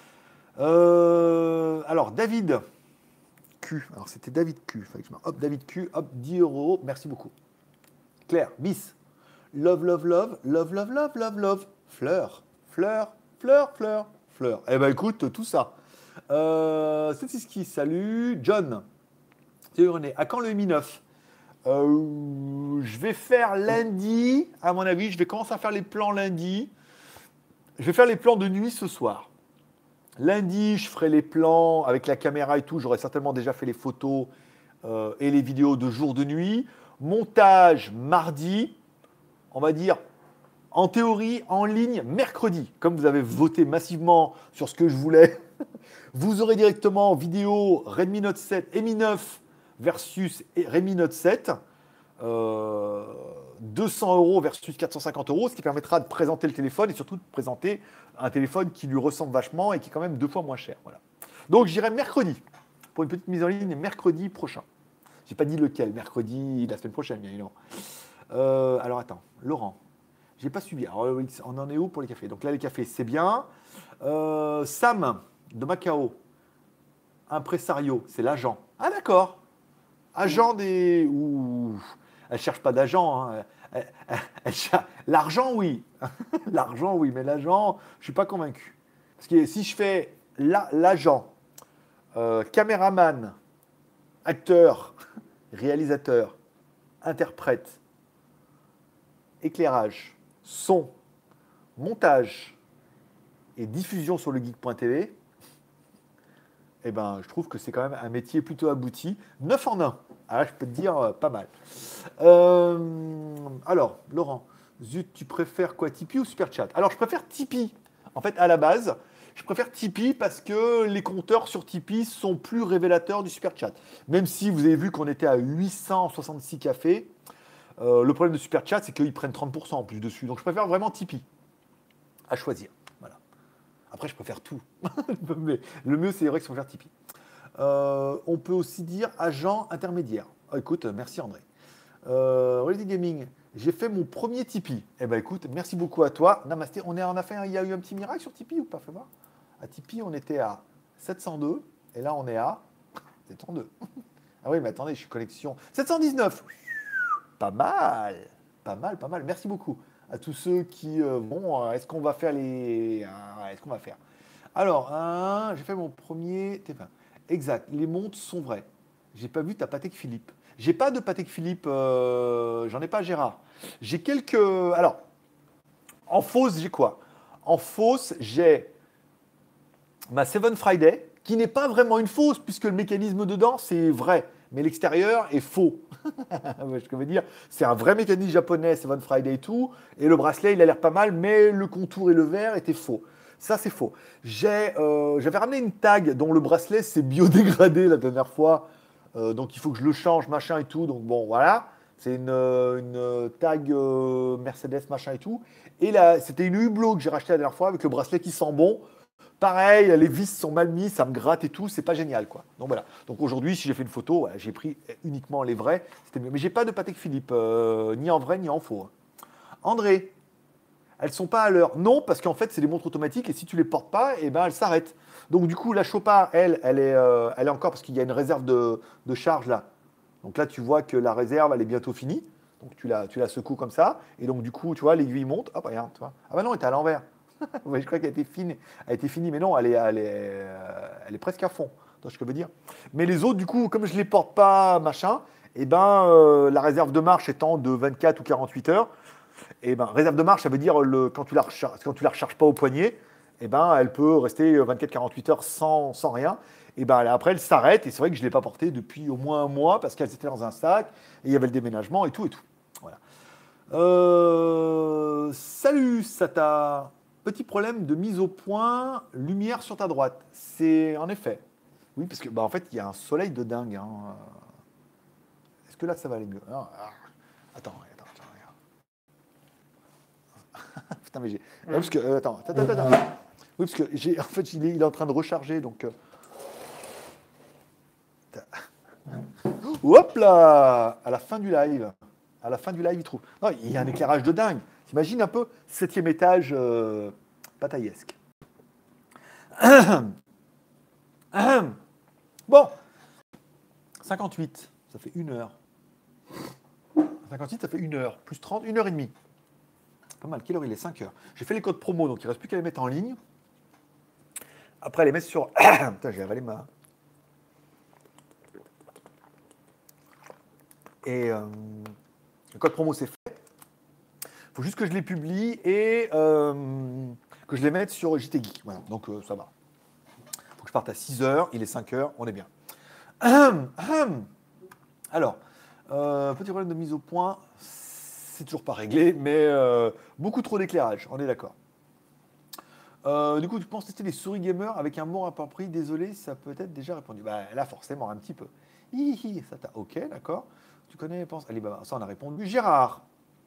Alors, David Q. Alors, c'était David Q. Hop, David Q. Hop, 10 €. Merci beaucoup. Claire, Miss. Love, love, love, love, love, love, love, love. Fleur, fleur, fleur, fleur, fleur. Eh ben, écoute, tout ça. C'est ce qui salut. John. Salut René. À quand le Mi 9? Je vais faire lundi, à mon avis. Je vais commencer à faire les plans lundi. Je vais faire les plans de nuit ce soir. Lundi, je ferai les plans avec la caméra et tout. J'aurai certainement déjà fait les photos et les vidéos de jour, de nuit. Montage mardi, on va dire en théorie, en ligne, mercredi. Comme vous avez voté massivement sur ce que je voulais, vous aurez directement vidéo Redmi Note 7 et Mi 9 versus Redmi Note 7. 200 € versus 450 €, ce qui permettra de présenter le téléphone et surtout de présenter un téléphone qui lui ressemble vachement et qui est quand même 2 fois moins cher. Voilà. Donc j'irai mercredi, pour une petite mise en ligne, mercredi prochain. J'ai pas dit lequel, mercredi, la semaine prochaine, bien évidemment. Alors attends, Laurent, j'ai pas suivi. Alors on en est où pour les cafés? Donc là, les cafés, c'est bien. Sam, de Macao, impresario, c'est l'agent. Ah d'accord. Agent des... Ouh. Elle cherche pas d'agent. Hein. L'argent, oui. L'argent, oui. Mais l'agent, je suis pas convaincu. Parce que si je fais l'agent, caméraman, acteur, réalisateur, interprète, éclairage, son, montage et diffusion sur le geek.tv, eh ben, je trouve que c'est quand même un métier plutôt abouti. 9 en 1. Ah, je peux te dire, pas mal. Alors, Laurent, zut, tu préfères quoi, Tipeee ou Super Chat? Alors, je préfère Tipeee. En fait, à la base, je préfère Tipeee parce que les compteurs sur Tipeee sont plus révélateurs du Super Chat. Même si vous avez vu qu'on était à 866 cafés, le problème de Super Chat, c'est qu'ils prennent 30% en plus dessus. Donc, je préfère vraiment Tipeee. à choisir. Voilà. Après, je préfère tout. Mais le mieux, c'est vrai que si on faire Tipeee. On peut aussi dire agent intermédiaire. Ah, écoute, merci André. Ready Gaming, j'ai fait mon premier Tipeee. Eh ben écoute, merci beaucoup à toi. Namasté. On a fait, il y a eu un petit miracle sur Tipeee ou pas? Fais voir. À Tipeee, on était à 702 et là, on est à 702. Ah oui, mais attendez, je suis collection 719. Pas mal, pas mal, pas mal. Merci beaucoup à tous ceux qui vont. Est-ce qu'on va faire les. Est-ce qu'on va faire? Alors, j'ai fait mon premier TP1. Exact, les montres sont vraies. J'ai pas vu ta Patek Philippe. J'ai pas de Patek Philippe, j'en ai pas Gérard. J'ai quelques. Alors, en fausse, j'ai quoi? En fausse, j'ai ma Seven Friday, qui n'est pas vraiment une fausse, puisque le mécanisme dedans, c'est vrai. Mais l'extérieur est faux. Ce que je veux dire, c'est un vrai mécanisme japonais, Seven Friday et tout. Et le bracelet, il a l'air pas mal, mais le contour et le verre étaient faux. Ça, c'est faux. J'avais ramené une tag dont le bracelet s'est biodégradé la dernière fois. Donc, il faut que je le change, machin et tout. Donc, bon, voilà. C'est une tag Mercedes, machin et tout. Et là, c'était une Hublot que j'ai racheté la dernière fois avec le bracelet qui sent bon. Pareil, les vis sont mal mises, ça me gratte et tout, c'est pas génial quoi. Donc voilà. Donc aujourd'hui, si j'ai fait une photo, voilà, j'ai pris uniquement les vrais, c'était mieux. Mais j'ai pas de Patek Philippe, ni en vrai ni en faux. André, elles sont pas à l'heure. Non, parce qu'en fait, c'est des montres automatiques et si tu les portes pas, eh ben elles s'arrêtent. Donc du coup, la Chopard, elle est encore parce qu'il y a une réserve de charge là. Donc là, tu vois que la réserve, elle est bientôt finie. Donc tu la secoues comme ça. Et donc du coup, tu vois, l'aiguille monte. Hop, regarde, tu vois. Ah bah non, elle était à l'envers. Ouais, je crois qu'elle a été finie, mais non, elle est presque à fond. Tu vois ce que je veux dire? Mais les autres, du coup, comme je ne les porte pas, machin, et ben, la réserve de marche étant de 24 ou 48 heures, et ben, réserve de marche, ça veut dire quand tu la recharges pas au poignet, et ben, elle peut rester 24-48 heures sans rien. Et ben, après, elle s'arrête, et c'est vrai que je ne l'ai pas portée depuis au moins un mois, parce qu'elles étaient dans un sac, et il y avait le déménagement, et tout, et tout. Voilà. Salut Sata. Petit problème de mise au point, lumière sur ta droite. C'est en effet. Oui, parce que en fait, il y a un soleil de dingue. Hein. Est-ce que là, ça va aller mieux? Attends, regarde. Putain, mais j'ai. Parce que, attends. Oui, parce que en fait, il est en train de recharger, donc. Hop là! À la fin du live. À la fin du live, il trouve. Non, il y a un éclairage de dingue. T'imagines un peu 7e étage bataillesque. Bon, 58, ça fait 1 heure. 58, ça fait 1 heure. Plus 30, 1 h 30. Pas mal. Quelle heure il est? 5 heures. J'ai fait les codes promo, donc il ne reste plus qu'à les mettre en ligne. Après, les mettre sur. Putain, j'ai avalé ma. Et le code promo, c'est fait. Il faut juste que je les publie et que je les mette sur JT Geek. Voilà, donc ça va. Il faut que je parte à 6 heures, il est 5 heures, on est bien. Alors, petit problème de mise au point, c'est toujours pas réglé, mais beaucoup trop d'éclairage, on est d'accord. Du coup, tu penses tester les souris gamer avec un mot à pas pris? Désolé, ça peut être déjà répondu. Bah là, forcément, un petit peu. Hihi, ça t'a. Ok, d'accord. Tu connais, pense. Alibaba, ça on a répondu. Gérard.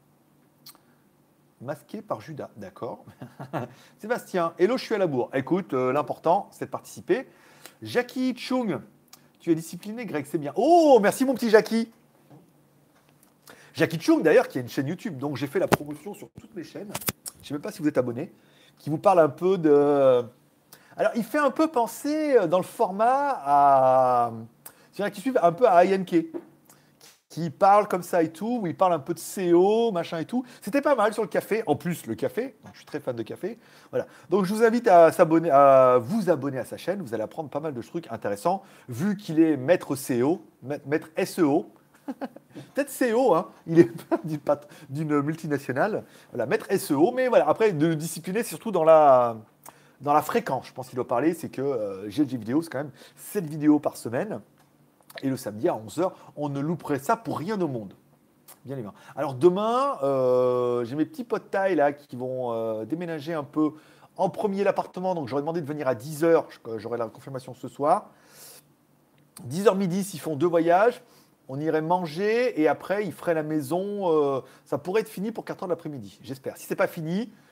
Masqué par Judas, d'accord. Sébastien, hello, je suis à la bourre. Écoute, l'important, c'est de participer. Jackie Chung, tu es discipliné, Greg, c'est bien. Oh, merci mon petit Jackie. Jackie Chung, d'ailleurs, qui a une chaîne YouTube, donc j'ai fait la promotion sur toutes mes chaînes. Je ne sais même pas si vous êtes abonné, qui vous parle un peu de. Alors, il fait un peu penser dans le format à. Il y en a qui suivent un peu à INK, qui parle comme ça et tout, où il parle un peu de SEO, machin et tout. C'était pas mal sur le café. En plus, le café, donc je suis très fan de café. Voilà. Donc je vous invite à vous abonner à sa chaîne. Vous allez apprendre pas mal de trucs intéressants, vu qu'il est maître SEO, maître SEO. Peut-être CEO, hein. Il est d'une multinationale. Voilà, maître SEO, mais voilà, après, de discipliner surtout dans la fréquence. Je pense qu'il doit parler, c'est que GLG Vidéo, c'est quand même 7 vidéos par semaine. Et le samedi à 11h, on ne louperait ça pour rien au monde. Bien évidemment. Alors demain, j'ai mes petits potes taille là qui vont déménager un peu en premier l'appartement. Donc j'aurais demandé de venir à 10h. J'aurai la confirmation ce soir. 10h midi, s'ils font 2 voyages, on irait manger et après ils feraient la maison. Ça pourrait être fini pour 4h de l'après-midi, j'espère. Si c'est pas fini,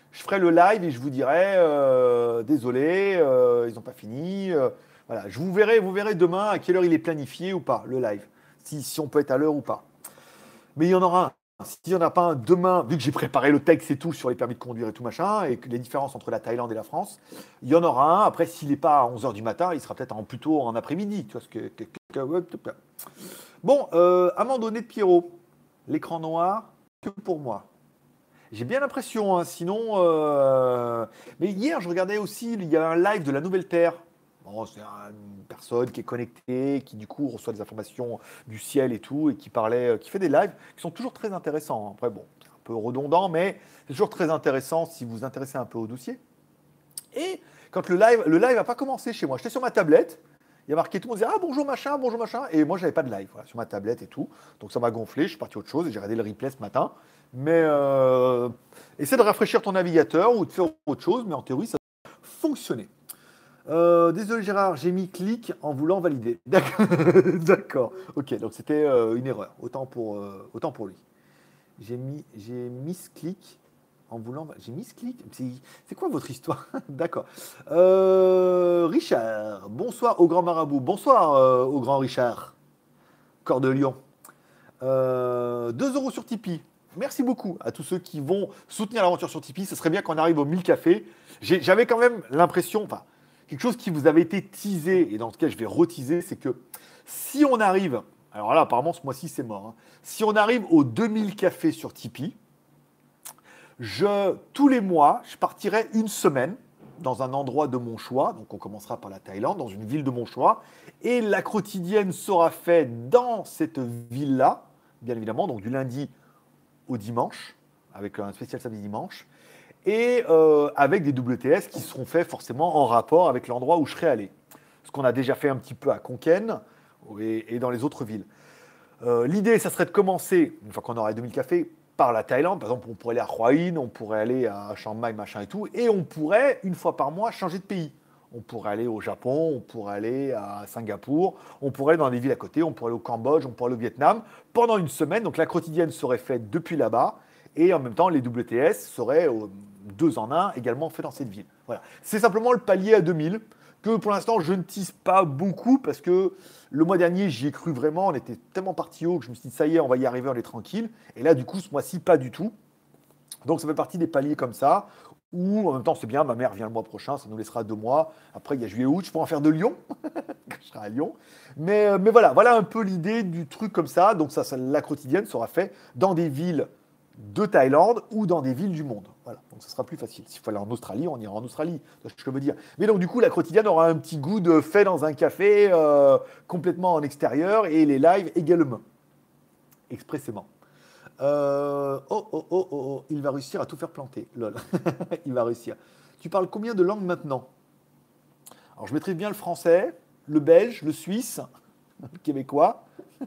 je ferai le live et je vous dirai désolé, ils n'ont pas fini. Voilà, vous verrez demain à quelle heure il est planifié ou pas, le live. Si on peut être à l'heure ou pas. Mais il y en aura un. S'il n'y en a pas un demain, vu que j'ai préparé le texte et tout sur les permis de conduire et tout machin, et que les différences entre la Thaïlande et la France, il y en aura un. Après, s'il n'est pas à 11h du matin, il sera peut-être plutôt en après-midi. Tu vois ce que. Bon, à un moment donné de Pierrot, l'écran noir, que pour moi. J'ai bien l'impression, hein, sinon. Mais hier, je regardais aussi, il y a un live de la Nouvelle Terre. Bon, c'est une personne qui est connectée, qui du coup reçoit des informations du ciel et tout, et qui fait des lives qui sont toujours très intéressants. Après, bon, c'est un peu redondant, mais c'est toujours très intéressant si vous vous intéressez un peu au dossier. Et quand le live n'a pas commencé chez moi, j'étais sur ma tablette. Il y a marqué, tout le monde disait, ah bonjour machin, et moi j'avais pas de live voilà, sur ma tablette et tout. Donc ça m'a gonflé, je suis parti à autre chose et j'ai regardé le replay ce matin. Mais essaie de rafraîchir ton navigateur ou de faire autre chose, mais en théorie ça a fonctionné. Désolé Gérard, j'ai mis clic en voulant valider. D'accord, d'accord. Ok, donc c'était une erreur, autant pour lui. J'ai mis ce clic en voulant. J'ai mis ce clic. C'est quoi votre histoire? D'accord. Richard, bonsoir au grand marabout. Bonsoir au grand Richard. Corps de Lion. 2 € sur Tipeee. Merci beaucoup à tous ceux qui vont soutenir l'aventure sur Tipeee. Ce serait bien qu'on arrive aux 1000 cafés. J'avais quand même l'impression, enfin, quelque chose qui vous avait été teasé, et dans ce cas, je vais reteaser, c'est que si on arrive, alors là, apparemment, ce mois-ci, c'est mort. Hein. Si on arrive aux 2000 cafés sur Tipeee, tous les mois, je partirai une semaine dans un endroit de mon choix. Donc, on commencera par la Thaïlande, dans une ville de mon choix. Et la quotidienne sera faite dans cette ville-là, bien évidemment, donc du lundi au dimanche, avec un spécial samedi-dimanche. Et avec des WTS qui seront faits forcément en rapport avec l'endroit où je serai allé. Ce qu'on a déjà fait un petit peu à Khon Kaen et dans les autres villes. L'idée, ça serait de commencer, une fois qu'on aura 2000 cafés, par la Thaïlande. Par exemple, on pourrait aller à Hua Hin, on pourrait aller à Chiang Mai, machin et tout. Et on pourrait, une fois par mois, changer de pays. On pourrait aller au Japon, on pourrait aller à Singapour, on pourrait aller dans des villes à côté, on pourrait aller au Cambodge, on pourrait aller au Vietnam. Pendant une semaine, donc la quotidienne serait faite depuis là-bas. Et en même temps, les WTS seraient 2 en 1 également faits dans cette ville. Voilà. C'est simplement le palier à 2000 que pour l'instant, je ne tease pas beaucoup parce que le mois dernier, j'y ai cru vraiment. On était tellement parti haut que je me suis dit, ça y est, on va y arriver, on est tranquille. Et là, du coup, ce mois-ci, pas du tout. Donc, ça fait partie des paliers comme ça où, en même temps, c'est bien, ma mère vient le mois prochain, ça nous laissera 2 mois. Après, il y a juillet-août, je pourrais en faire de Lyon, quand je serai à Lyon. Mais voilà un peu l'idée du truc comme ça. Donc, la quotidienne sera faite dans des villes de Thaïlande ou dans des villes du monde. Voilà, donc ça sera plus facile. S'il faut aller en Australie, on ira en Australie. C'est ce que je veux dire. Mais donc du coup, la quotidienne aura un petit goût de fait dans un café complètement en extérieur et les lives également, expressément. Il va réussir à tout faire planter. Lol. Il va réussir. Tu parles combien de langues maintenant? Alors je maîtrise bien le français, le belge, le suisse, le québécois.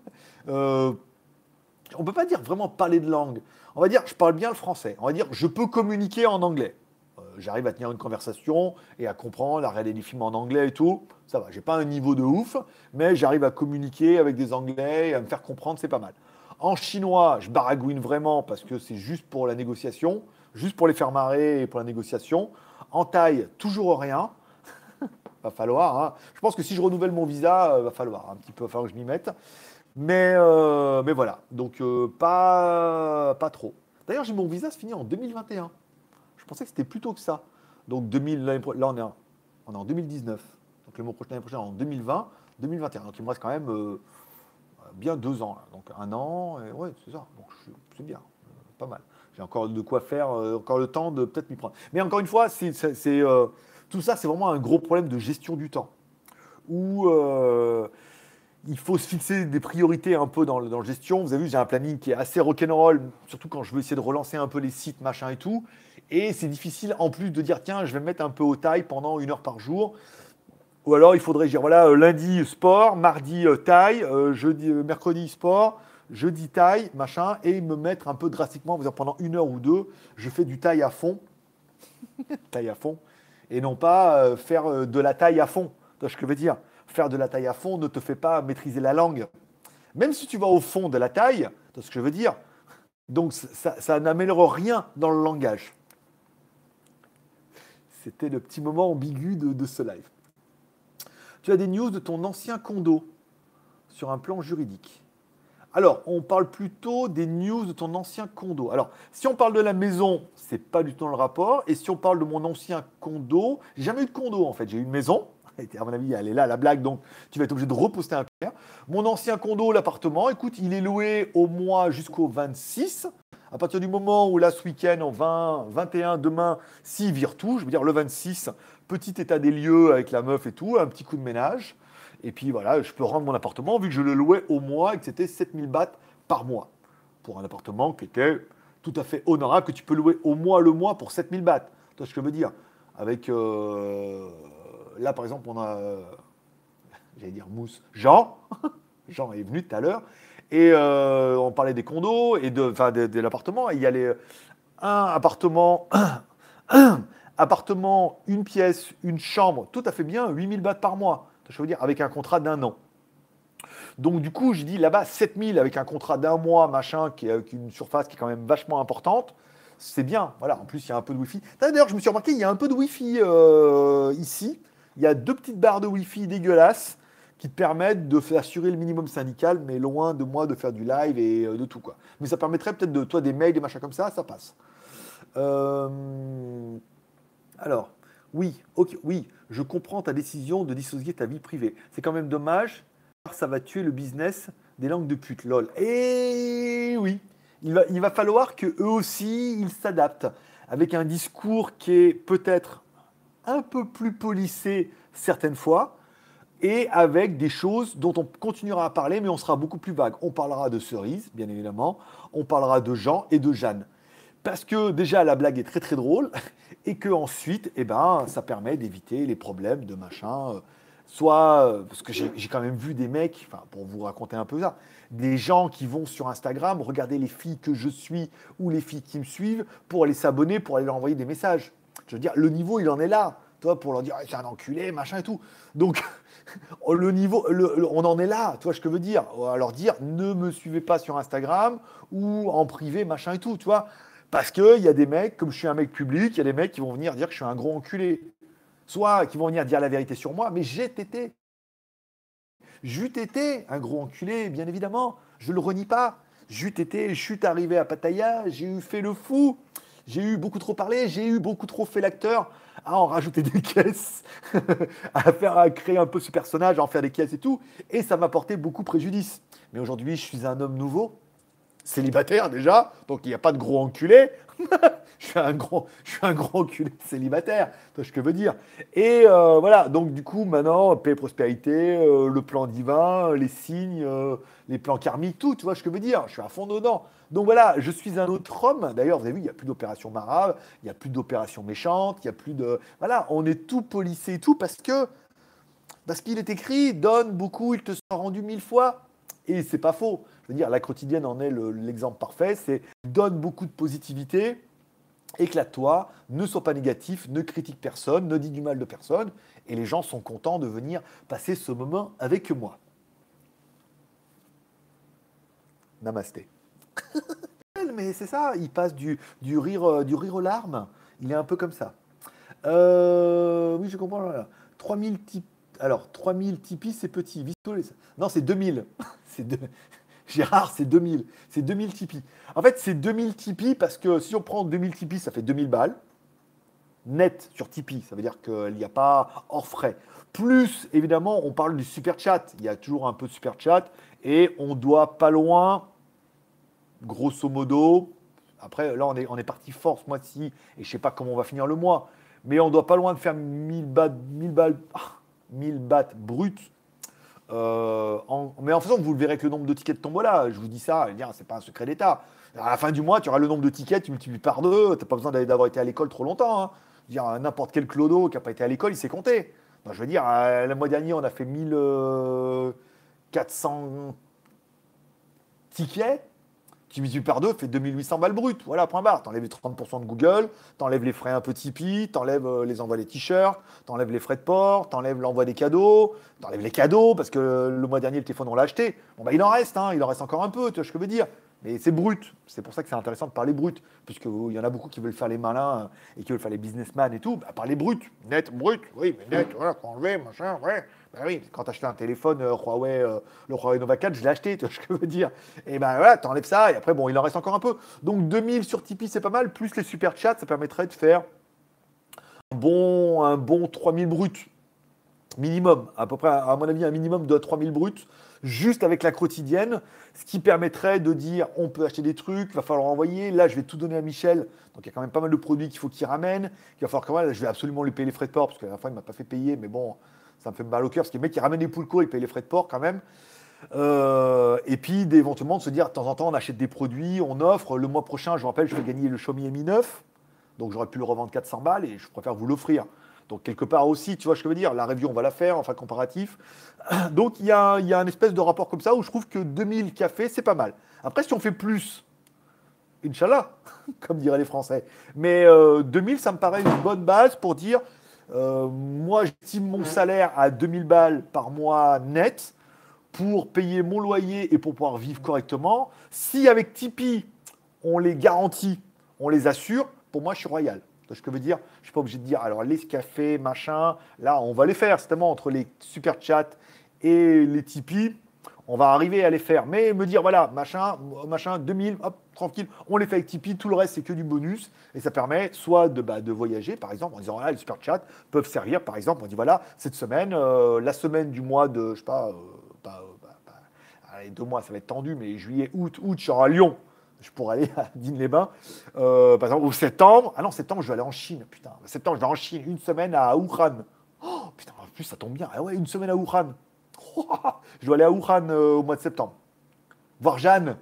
On ne peut pas dire vraiment parler de langue. On va dire, je parle bien le français. On va dire, je peux communiquer en anglais. J'arrive à tenir une conversation et à comprendre, à regarder des films en anglais et tout. Ça va, j'ai pas un niveau de ouf, mais j'arrive à communiquer avec des anglais et à me faire comprendre, c'est pas mal. En chinois, je baragouine vraiment parce que c'est juste pour la négociation, juste pour les faire marrer et pour la négociation. En thaï, toujours rien. Va falloir. Hein. Je pense que si je renouvelle mon visa, va falloir un petit peu, va falloir que je m'y mette. Mais voilà, donc pas trop. D'ailleurs, j'ai mon visa se finit en 2021. Je pensais que c'était plus tôt que ça. Donc 2000, là, on est en 2019. Donc l'année prochaine, en 2020, 2021. Donc il me reste quand même bien 2 ans. Là. Donc 1 an, et ouais, c'est ça. Donc c'est bien, pas mal. J'ai encore de quoi faire, encore le temps de peut-être m'y prendre. Mais encore une fois, tout ça, c'est vraiment un gros problème de gestion du temps. Où il faut se fixer des priorités un peu dans la gestion. Vous avez vu, j'ai un planning qui est assez rock'n'roll, surtout quand je veux essayer de relancer un peu les sites, machin et tout. Et c'est difficile en plus de dire, tiens, je vais me mettre un peu au taille pendant 1 heure par jour. Ou alors, il faudrait dire, voilà, lundi, sport, mardi, taille, mercredi, sport, jeudi, taille, machin, et me mettre un peu drastiquement, pendant 1 heure ou 2, je fais du taille à fond. Taille à fond. Et non pas faire de la taille à fond. Tu vois ce que je veux dire? Faire de la taille à fond ne te fait pas maîtriser la langue. Même si tu vas au fond de la taille, c'est ce que je veux dire. Donc ça n'améliore rien dans le langage. C'était le petit moment ambigu de ce live. Tu as des news de ton ancien condo sur un plan juridique. Alors, on parle plutôt des news de ton ancien condo. Alors, si on parle de la maison, c'est pas du tout dans le rapport. Et si on parle de mon ancien condo, j'ai jamais eu de condo en fait. J'ai eu une maison. Et à mon avis, elle est là, la blague. Donc, tu vas être obligé de reposter un PR. Mon ancien condo, l'appartement, écoute, il est loué au mois jusqu'au 26. À partir du moment où là, ce week-end, en 20, 21, demain, s'il vire tout, je veux dire le 26, petit état des lieux avec la meuf et tout, un petit coup de ménage. Et puis voilà, je peux rendre mon appartement vu que je le louais au mois et que c'était 7000 bahts par mois. Pour un appartement qui était tout à fait honorable, que tu peux louer au mois le mois pour 7000 bahts. Tu vois ce que je veux dire? Avec, là par exemple, on a, j'allais dire Mousse, Jean. Jean est venu tout à l'heure. Et on parlait des condos et de l'appartement. Il y a un appartement, appartement, une pièce, une chambre, tout à fait bien, 8000 bahts par mois. Je veux dire, avec un contrat d'1 an. Donc, du coup, je dis là-bas, 7000 avec un contrat d'1 mois, machin, avec une surface qui est quand même vachement importante. C'est bien. Voilà. En plus, il y a un peu de Wi-Fi. D'ailleurs, je me suis remarqué, il y a un peu de Wi-Fi ici. Il y a 2 petites barres de Wi-Fi dégueulasses qui te permettent de faire assurer le minimum syndical, mais loin de moi de faire du live et de tout, quoi. Mais ça permettrait peut-être de toi des mails, des machins comme ça passe. Alors. Oui, ok, oui, je comprends ta décision de dissocier ta vie privée. C'est quand même dommage, car ça va tuer le business des langues de pute, lol. Et oui, il va falloir qu'eux aussi, ils s'adaptent, avec un discours qui est peut-être un peu plus policé certaines fois, et avec des choses dont on continuera à parler, mais on sera beaucoup plus vague. On parlera de Cerise, bien évidemment, on parlera de Jean et de Jeanne. Parce que déjà, la blague est très très drôle et que ensuite, eh ben, ça permet d'éviter les problèmes de machin. Parce que j'ai quand même vu des mecs, enfin, pour vous raconter un peu ça, des gens qui vont sur Instagram regarder les filles que je suis ou les filles qui me suivent pour aller s'abonner, pour aller leur envoyer des messages. Je veux dire, le niveau, il en est là, toi, pour leur dire, ah, c'est un enculé, machin et tout. Donc, le niveau, on en est là, tu vois ce que je veux dire. À leur dire, ne me suivez pas sur Instagram ou en privé, machin et tout, tu vois. Parce qu'il y a des mecs, comme je suis un mec public, il y a des mecs qui vont venir dire que je suis un gros enculé. Soit qui vont venir dire la vérité sur moi, mais j'ai été. J'eût été un gros enculé, bien évidemment. Je ne le renie pas. J'eût été, je suis arrivé à Pattaya, j'ai eu fait le fou. J'ai eu beaucoup trop parlé, j'ai eu beaucoup trop fait l'acteur, à en rajouter des caisses, à créer un peu ce personnage, à en faire des caisses et tout. Et ça m'a porté beaucoup préjudice. Mais aujourd'hui, je suis un homme nouveau, célibataire déjà, donc il n'y a pas de gros enculé. je suis un gros enculé célibataire, tu vois ce que je veux dire. Et voilà, donc du coup, maintenant, paix et prospérité, le plan divin, les signes, les plans karmiques, tout, tu vois ce que je veux dire. Je suis à fond dedans. Donc voilà, je suis un autre homme. D'ailleurs, vous avez vu, il n'y a plus d'opération marave, il n'y a plus d'opération méchante, il n'y a plus de... Voilà, on est tout polissé et tout parce qu'il est écrit, donne beaucoup, il te sera rendu 1000 fois. Et c'est pas faux. Je veux dire, la quotidienne en est l'exemple parfait. C'est donne beaucoup de positivité, éclate-toi, ne sois pas négatif, ne critique personne, ne dis du mal de personne. Et les gens sont contents de venir passer ce moment avec moi. Namasté. Mais c'est ça, il passe du rire aux larmes. Il est un peu comme ça. Oui, je comprends. Voilà. 3000 Tipeee. Alors, 3000 Tipeee, c'est petit. Non, c'est 2000. C'est Gérard, c'est 2000. C'est 2000 Tipeee. En fait, c'est 2000 Tipeee parce que si on prend 2000 Tipeee, ça fait 2000 balles. Net sur Tipeee. Ça veut dire qu'il n'y a pas hors frais. Plus, évidemment, on parle du super chat. Il y a toujours un peu de super chat. Et on doit pas loin, grosso modo. Après, là, on est parti fort ce mois-ci. Et je ne sais pas comment on va finir le mois. Mais on doit pas loin de faire 1000 bahts, 1000 bahts bruts. Mais en faisant, vous le verrez avec le nombre de tickets de tombola. Je vous dis ça, c'est pas un secret d'État. À la fin du mois, tu auras le nombre de tickets, tu multiplies par 2. Tu n'as pas besoin d'avoir été à l'école trop longtemps. Hein. Je veux dire, n'importe quel clodo qui n'a pas été à l'école, il s'est compté. Ben, je veux dire, le mois dernier, on a fait 1400 tickets. Tu multiplies par 2, fait 2800 balles brutes. Voilà, point barre. T'enlèves les 30% de Google, t'enlèves les frais un peu Tipeee, t'enlèves les envois des t-shirts, t'enlèves les frais de port, t'enlèves l'envoi des cadeaux, t'enlèves les cadeaux, parce que le mois dernier, le téléphone, on l'a acheté. Bon, bah, il en reste encore un peu, tu vois ce que je veux dire. Mais c'est brut. C'est pour ça que c'est intéressant de parler brut. Puisqu'il y en a beaucoup qui veulent faire les malins et qui veulent faire les businessmen et tout. Bah, parler brut. Net, brut. Oui, mais net, voilà, faut enlever, machin, ouais. Bah oui, quand t'as acheté un téléphone Huawei, le Huawei Nova 4, je l'ai acheté, tu vois ce que je veux dire. Et ben voilà, t'enlèves ça, et après, bon, il en reste encore un peu. Donc 2000 sur Tipeee, c'est pas mal, plus les super chats, ça permettrait de faire un bon 3000 bruts. Minimum, à peu près, à mon avis, un minimum de 3000 bruts, juste avec la quotidienne, ce qui permettrait de dire on peut acheter des trucs, va falloir envoyer. Là, je vais tout donner à Michel, donc il y a quand même pas mal de produits qu'il faut qu'il ramène. Il va falloir quand même, je vais absolument lui payer les frais de port, parce que la dernière fois, il ne m'a pas fait payer, mais bon, ça me fait mal au cœur, parce que le mec qui ramène les poules il paye les frais de port quand même. Et puis, éventuellement, de se dire, de temps en temps, on achète des produits, on offre. Le mois prochain, je vous rappelle, je fais gagner le Xiaomi Mi 9, donc j'aurais pu le revendre 400 balles, et je préfère vous l'offrir. Donc, quelque part aussi, tu vois ce que je veux dire, la review, on va la faire, enfin, comparatif. Donc, il y a un espèce de rapport comme ça où je trouve que 2000 cafés, c'est pas mal. Après, si on fait plus, Inch'Allah, comme diraient les Français. Mais 2000, ça me paraît une bonne base pour dire, moi, j'estime mon salaire à 2000 balles par mois net pour payer mon loyer et pour pouvoir vivre correctement. Si avec Tipeee, on les garantit, on les assure, pour moi, je suis royal. Ce que je veux dire, je ne suis pas obligé de dire, alors les cafés, machin, là, on va les faire, certainement, entre les super chats et les Tipeee, on va arriver à les faire. Mais me dire, voilà, machin, 2000, hop, tranquille, on les fait avec Tipeee, tout le reste, c'est que du bonus. Et ça permet soit de voyager, par exemple, en disant, voilà, les super chats peuvent servir, par exemple, on dit, voilà, cette semaine, la semaine du mois de, je sais pas, allez, 2 mois, ça va être tendu, mais juillet, août, je serai à Lyon. Je pourrais aller à Digne-les-Bains. Par exemple, au septembre. Ah non, septembre, je vais aller en Chine. Putain, septembre, je vais en Chine. Une semaine à Wuhan. Oh, putain, en plus, ça tombe bien. Ah ouais, une semaine à Wuhan. Oh, je dois aller à Wuhan au mois de septembre. Voir Jeanne.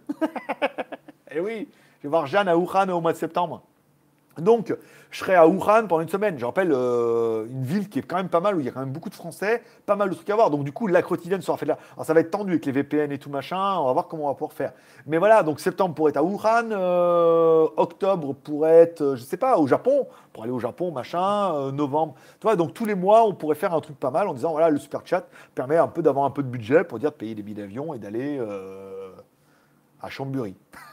Eh oui, je vais voir Jeanne à Wuhan au mois de septembre. Donc, je serai à Wuhan pendant une semaine. Je rappelle, une ville qui est quand même pas mal, où il y a quand même beaucoup de Français, pas mal de trucs à voir. Donc, du coup, la quotidienne sera faite là. Alors, ça va être tendu avec les VPN et tout machin. On va voir comment on va pouvoir faire. Mais voilà, donc septembre pourrait être à Wuhan. Octobre pourrait être, je sais pas, au Japon. Pour aller au Japon, machin. Novembre. Tu vois, donc tous les mois, on pourrait faire un truc pas mal en disant, voilà, le super chat permet un peu d'avoir un peu de budget pour dire de payer des billets d'avion et d'aller à Chambéry.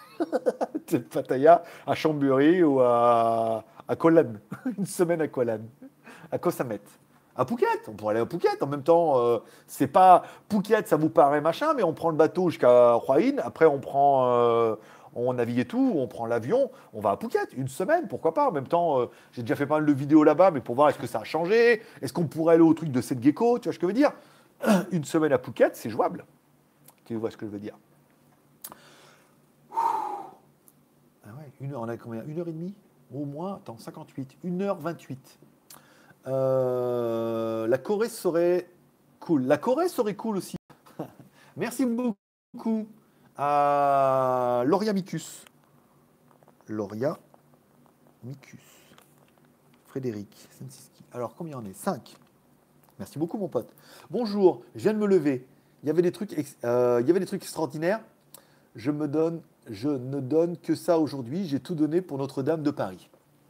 Pattaya à Chambéry ou à Koh Lan. Une semaine à Koh Lan. À Koh Samet. À Phuket. On pourrait aller à Phuket. En même temps, c'est pas. Phuket, ça vous paraît machin, mais on prend le bateau jusqu'à Hua Hin. Après, on prend. On navigue et tout, on prend l'avion, on va à Phuket, une semaine, pourquoi pas. En même temps, j'ai déjà fait pas mal de vidéos là-bas, mais pour voir est-ce que ça a changé, est-ce qu'on pourrait aller au truc de cette gecko, tu vois ce que je veux dire. Une semaine à Phuket, c'est jouable. Tu vois ce que je veux dire. Ah ouais, on a combien? 1h30? Au moins, attends, 58. 1h28. La Corée serait cool. La Corée serait cool aussi. Merci beaucoup à Loria Micus. Loria Micus. Frédéric Sensiski. Alors, combien on est? 5. Merci beaucoup, mon pote. Bonjour, je viens de me lever. Il y avait des trucs extraordinaires. Je ne donne que ça aujourd'hui. J'ai tout donné pour Notre-Dame de Paris.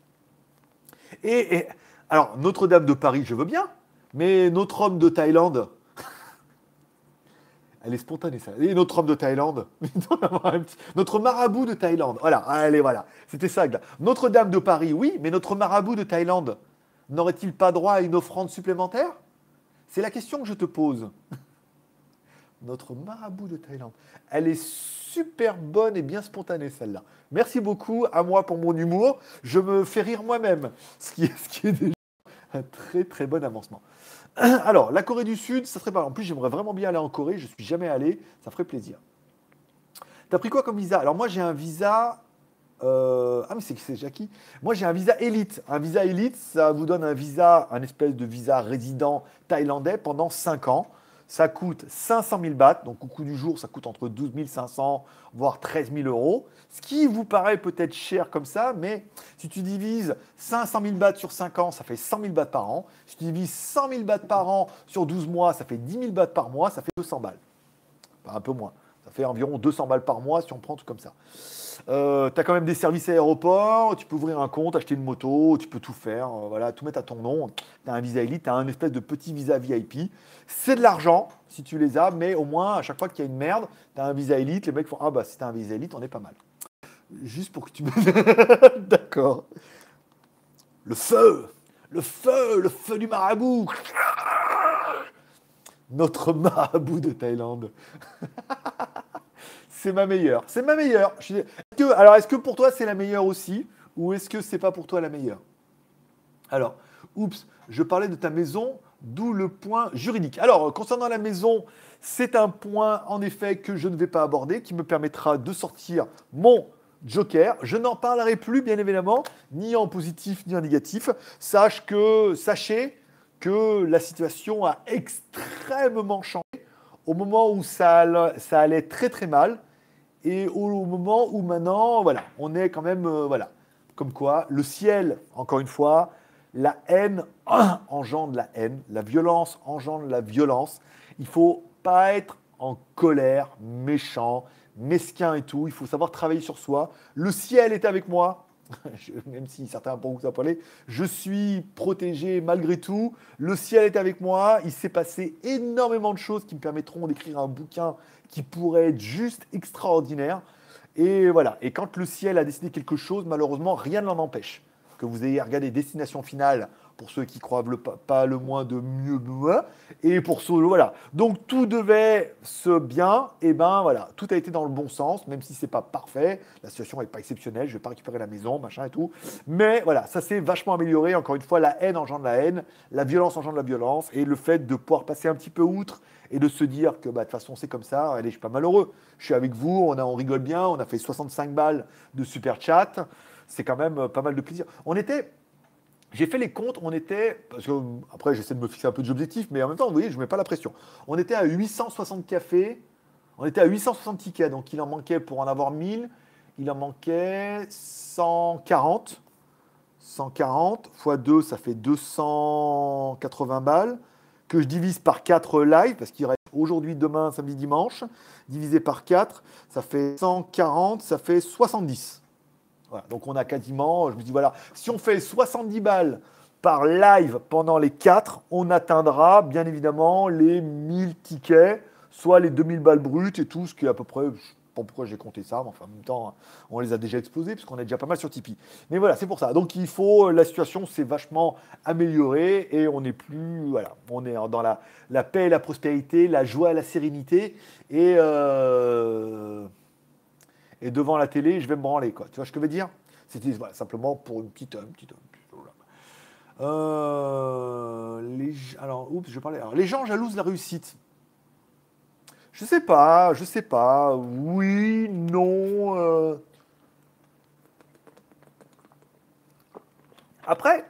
Alors, Notre-Dame de Paris, je veux bien, mais notre homme de Thaïlande, elle est spontanée, ça. Et notre homme de Thaïlande, notre marabout de Thaïlande. Voilà, allez, voilà. C'était ça. Là. Notre-Dame de Paris, oui, mais notre marabout de Thaïlande, n'aurait-il pas droit à une offrande supplémentaire? C'est la question que je te pose. Notre marabout de Thaïlande. Elle est super bonne et bien spontanée, celle-là. Merci beaucoup à moi pour mon humour. Je me fais rire moi-même, ce qui est déjà un très très bon avancement. Alors, la Corée du Sud, ça serait pas. En plus, j'aimerais vraiment bien aller en Corée. Je suis jamais allé. Ça ferait plaisir. T'as pris quoi comme visa? Alors moi, j'ai un visa. Ah mais c'est Jackie. Moi, j'ai un visa élite. Un visa élite, ça vous donne un espèce de visa résident thaïlandais pendant 5 ans. Ça coûte 500 000 bahts, donc au coût du jour, ça coûte entre 12 500 voire 13 000 euros. Ce qui vous paraît peut-être cher comme ça, mais si tu divises 500 000 bahts sur 5 ans, ça fait 100 000 bahts par an. Si tu divises 100 000 bahts par an sur 12 mois, ça fait 10 000 bahts par mois, ça fait 200 balles. Enfin, un peu moins. Ça fait environ 200 balles par mois si on prend tout comme ça. Tu as quand même des services aéroports, tu peux ouvrir un compte, acheter une moto, tu peux tout faire, voilà, tout mettre à ton nom. Tu as un visa élite, tu as un espèce de petit visa VIP. C'est de l'argent si tu les as, mais au moins, à chaque fois qu'il y a une merde, tu as un visa élite, les mecs font ah bah si tu as un visa élite, on est pas mal. Juste pour que tu me. D'accord. Le feu le feu du marabout. Notre marabout de Thaïlande. C'est ma meilleure. C'est ma meilleure. Alors, est-ce que pour toi, c'est la meilleure aussi? Ou est-ce que c'est pas pour toi la meilleure? Alors, oups, je parlais de ta maison, d'où le point juridique. Alors, concernant la maison, c'est un point, en effet, que je ne vais pas aborder, qui me permettra de sortir mon joker. Je n'en parlerai plus, bien évidemment, ni en positif, ni en négatif. Sachez que la situation a extrêmement changé au moment où ça allait très très mal et au moment où maintenant, voilà, on est quand même, voilà, comme quoi le ciel, encore une fois, la haine engendre la haine, la violence engendre la violence. Il faut pas être en colère, méchant, mesquin et tout. Il faut savoir travailler sur soi. Le ciel est avec moi. Même si certains pourront vous en parler, je suis protégé malgré tout. Le ciel est avec moi. Il s'est passé énormément de choses qui me permettront d'écrire un bouquin qui pourrait être juste extraordinaire. Et voilà. Et quand le ciel a décidé quelque chose, malheureusement, rien ne l'en empêche. Que vous ayez regardé Destination Finale, pour ceux qui croient pas le moins de mieux, et pour ceux, voilà. Donc tout devait se bien, et ben voilà, tout a été dans le bon sens, même si c'est pas parfait, la situation n'est pas exceptionnelle, je vais pas récupérer la maison, machin et tout, mais voilà, ça s'est vachement amélioré. Encore une fois, la haine engendre la haine, la violence engendre la violence, et le fait de pouvoir passer un petit peu outre et de se dire que bah, de toute façon c'est comme ça, allez, je suis pas malheureux, je suis avec vous, on rigole bien, on a fait 65 balles de super chat, c'est quand même pas mal de plaisir. J'ai fait les comptes, parce que après j'essaie de me fixer un peu d'objectifs, mais en même temps, vous voyez, je ne mets pas la pression. On était à 860 cafés, on était à 860 tickets, donc il en manquait pour en avoir 1000, il en manquait 140. 140 x 2, ça fait 280 balles, que je divise par 4 live, parce qu'il reste aujourd'hui, demain, samedi, dimanche, divisé par 4, ça fait 140, ça fait 70. Voilà, donc on a quasiment, je me dis voilà, si on fait 70 balles par live pendant les 4, on atteindra bien évidemment les 1000 tickets, soit les 2000 balles brutes et tout, ce qui est à peu près, je ne sais pas pourquoi j'ai compté ça, mais enfin en même temps, on les a déjà explosés, puisqu'on est déjà pas mal sur Tipeee. Mais voilà, c'est pour ça. Donc la situation s'est vachement améliorée et on n'est plus, voilà, on est dans la paix et la prospérité, la joie et la sérénité. Et devant la télé, je vais me branler, quoi. Tu vois ce que je veux dire? C'était voilà, simplement pour une petite. Alors, oups, je parlais. Alors, les gens jalousent la réussite. Je sais pas, je sais pas. Oui, non. Après,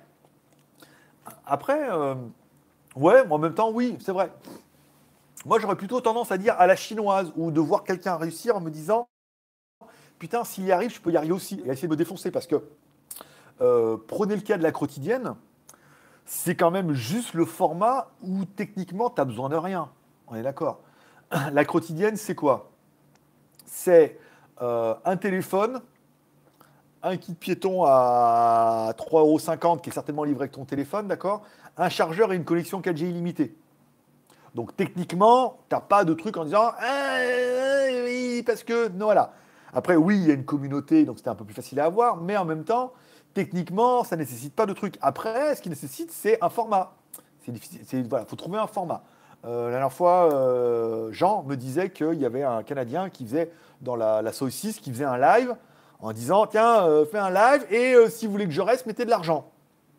ouais, mais en même temps, oui, c'est vrai. Moi, j'aurais plutôt tendance à dire à la chinoise ou de voir quelqu'un réussir en me disant. Putain, s'il y arrive, je peux y arriver aussi. Et essayer de me défoncer parce que prenez le cas de la quotidienne, c'est quand même juste le format où techniquement, tu n'as besoin de rien. On est d'accord. La quotidienne, c'est quoi? C'est un téléphone, un kit piéton à 3,50 € qui est certainement livré avec ton téléphone, d'accord? Un chargeur et une connexion 4G illimitée. Donc techniquement, tu n'as pas de truc en disant ah, oui, parce que. Non, voilà. Après, oui, il y a une communauté, donc c'était un peu plus facile à avoir, mais en même temps, techniquement, ça ne nécessite pas de trucs. Après, ce qui nécessite, c'est un format. C'est difficile. Voilà, faut trouver un format. La dernière fois, Jean me disait qu'il y avait un Canadien qui faisait, dans la saucisse, qui faisait un live en disant tiens, fais un live et si vous voulez que je reste, mettez de l'argent.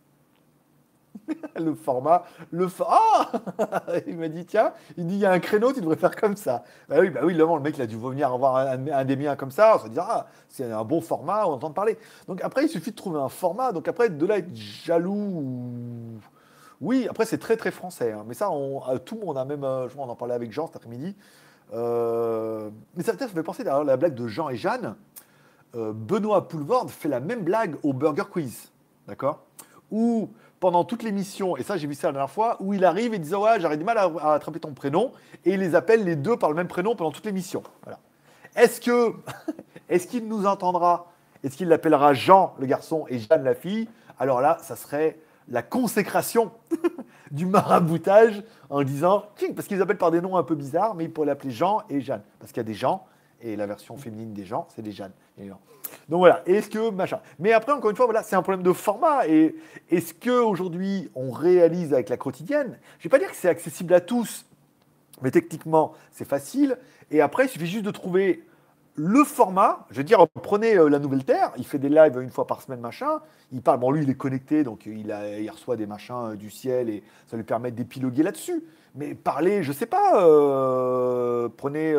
Le format, Ah il m'a dit, tiens, il dit, il y a un créneau, tu devrais faire comme ça. Bah oui, le mec, il a dû venir avoir un des miens comme ça, on se dit, ah, c'est un bon format, on entend parler. Donc après, il suffit de trouver un format. Donc après, de là être jaloux, oui, après, c'est très, très français. Hein. Mais ça, tout le monde a même, je crois, on en parlait avec Jean cet après-midi. Mais ça me fait penser à la blague de Jean et Jeanne. Benoît Poulvord fait la même blague au Burger Quiz. D'accord? Où pendant toute l'émission, et ça j'ai vu ça la dernière fois, où il arrive et dit ouais, j'aurais du mal à attraper ton prénom, et il les appelle les deux par le même prénom pendant toute l'émission. Voilà. Est-ce que est-ce qu'il nous entendra? Est-ce qu'il l'appellera Jean, le garçon, et Jeanne, la fille? Alors là, ça serait la consécration du maraboutage en disant, parce qu'ils appellent par des noms un peu bizarres, mais ils pourraient l'appeler Jean et Jeanne. Parce qu'il y a des Jean, et la version féminine des Jean, c'est des Jeanne. Donc voilà, est-ce que machin. Mais après, encore une fois, voilà, c'est un problème de format. Et est-ce qu'aujourd'hui, on réalise avec la quotidienne? Je ne vais pas dire que c'est accessible à tous, mais techniquement, c'est facile. Et après, il suffit juste de trouver le format. Je veux dire, prenez la Nouvelle Terre, il fait des lives une fois par semaine, machin. Il parle, bon, lui, il est connecté, donc il reçoit des machins du ciel et ça lui permet d'épiloguer là-dessus. Mais parler, je sais pas, prenez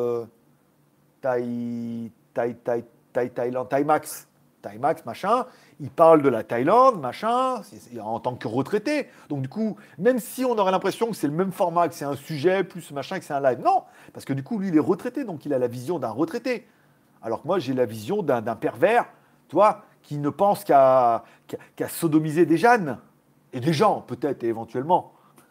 Thaïlande, Thaïmax, machin. Il parle de la Thaïlande, machin, en tant que retraité. Donc du coup, même si on aurait l'impression que c'est le même format, que c'est un sujet, plus machin, que c'est un live, non, parce que du coup, lui, il est retraité, donc il a la vision d'un retraité. Alors que moi, j'ai la vision d'un pervers, tu vois, qui ne pense qu'à sodomiser des Jeannes, et des gens, peut-être, et éventuellement.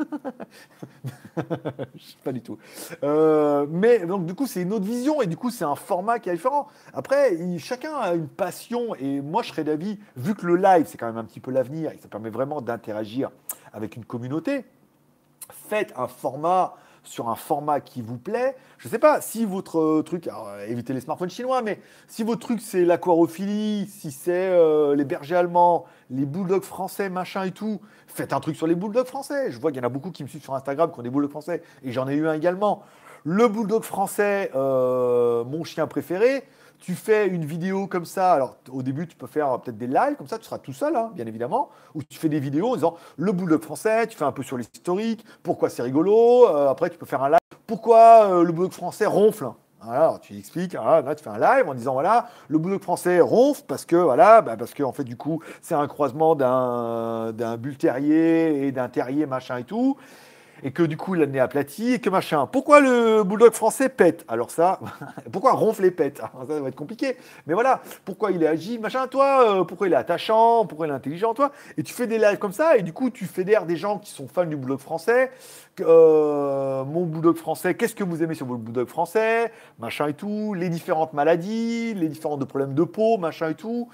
Je sais pas du tout. Mais donc du coup, c'est une autre vision et du coup, c'est un format qui est différent. Après, chacun a une passion et moi, je serais d'avis, vu que le live, c'est quand même un petit peu l'avenir et ça permet vraiment d'interagir avec une communauté, faites un format sur un format qui vous plaît. Je ne sais pas si votre truc, alors, évitez les smartphones chinois, mais si votre truc c'est l'aquarophilie, si c'est les bergers allemands, les bulldogs français, machin et tout, faites un truc sur les bulldogs français. Je vois qu'il y en a beaucoup qui me suivent sur Instagram qui ont des bulldogs français et j'en ai eu un également. Le bulldog français, mon chien préféré. Tu fais une vidéo comme ça, alors au début tu peux faire peut-être des lives, comme ça tu seras tout seul, hein, bien évidemment, ou tu fais des vidéos en disant le bulldog français, tu fais un peu sur l'historique, pourquoi c'est rigolo, après tu peux faire un live, pourquoi le bulldog français ronfle. Alors tu expliques, là tu fais un live en disant voilà, le bulldog français ronfle parce que voilà, parce que en fait du coup c'est un croisement d'un bull terrier et d'un terrier machin et tout. Et que du coup il a le nez aplati et que machin. Pourquoi le bulldog français pète? Alors ça, pourquoi ronfle et pète? Alors ça va être compliqué. Mais voilà, pourquoi il est agile, machin, toi, pourquoi il est attachant, pourquoi il est intelligent, toi. Et tu fais des lives comme ça et du coup tu fédères des gens qui sont fans du bulldog français. Mon bulldog français, qu'est-ce que vous aimez sur votre bulldog français, machin et tout, les différentes maladies, les différents problèmes de peau, machin et tout.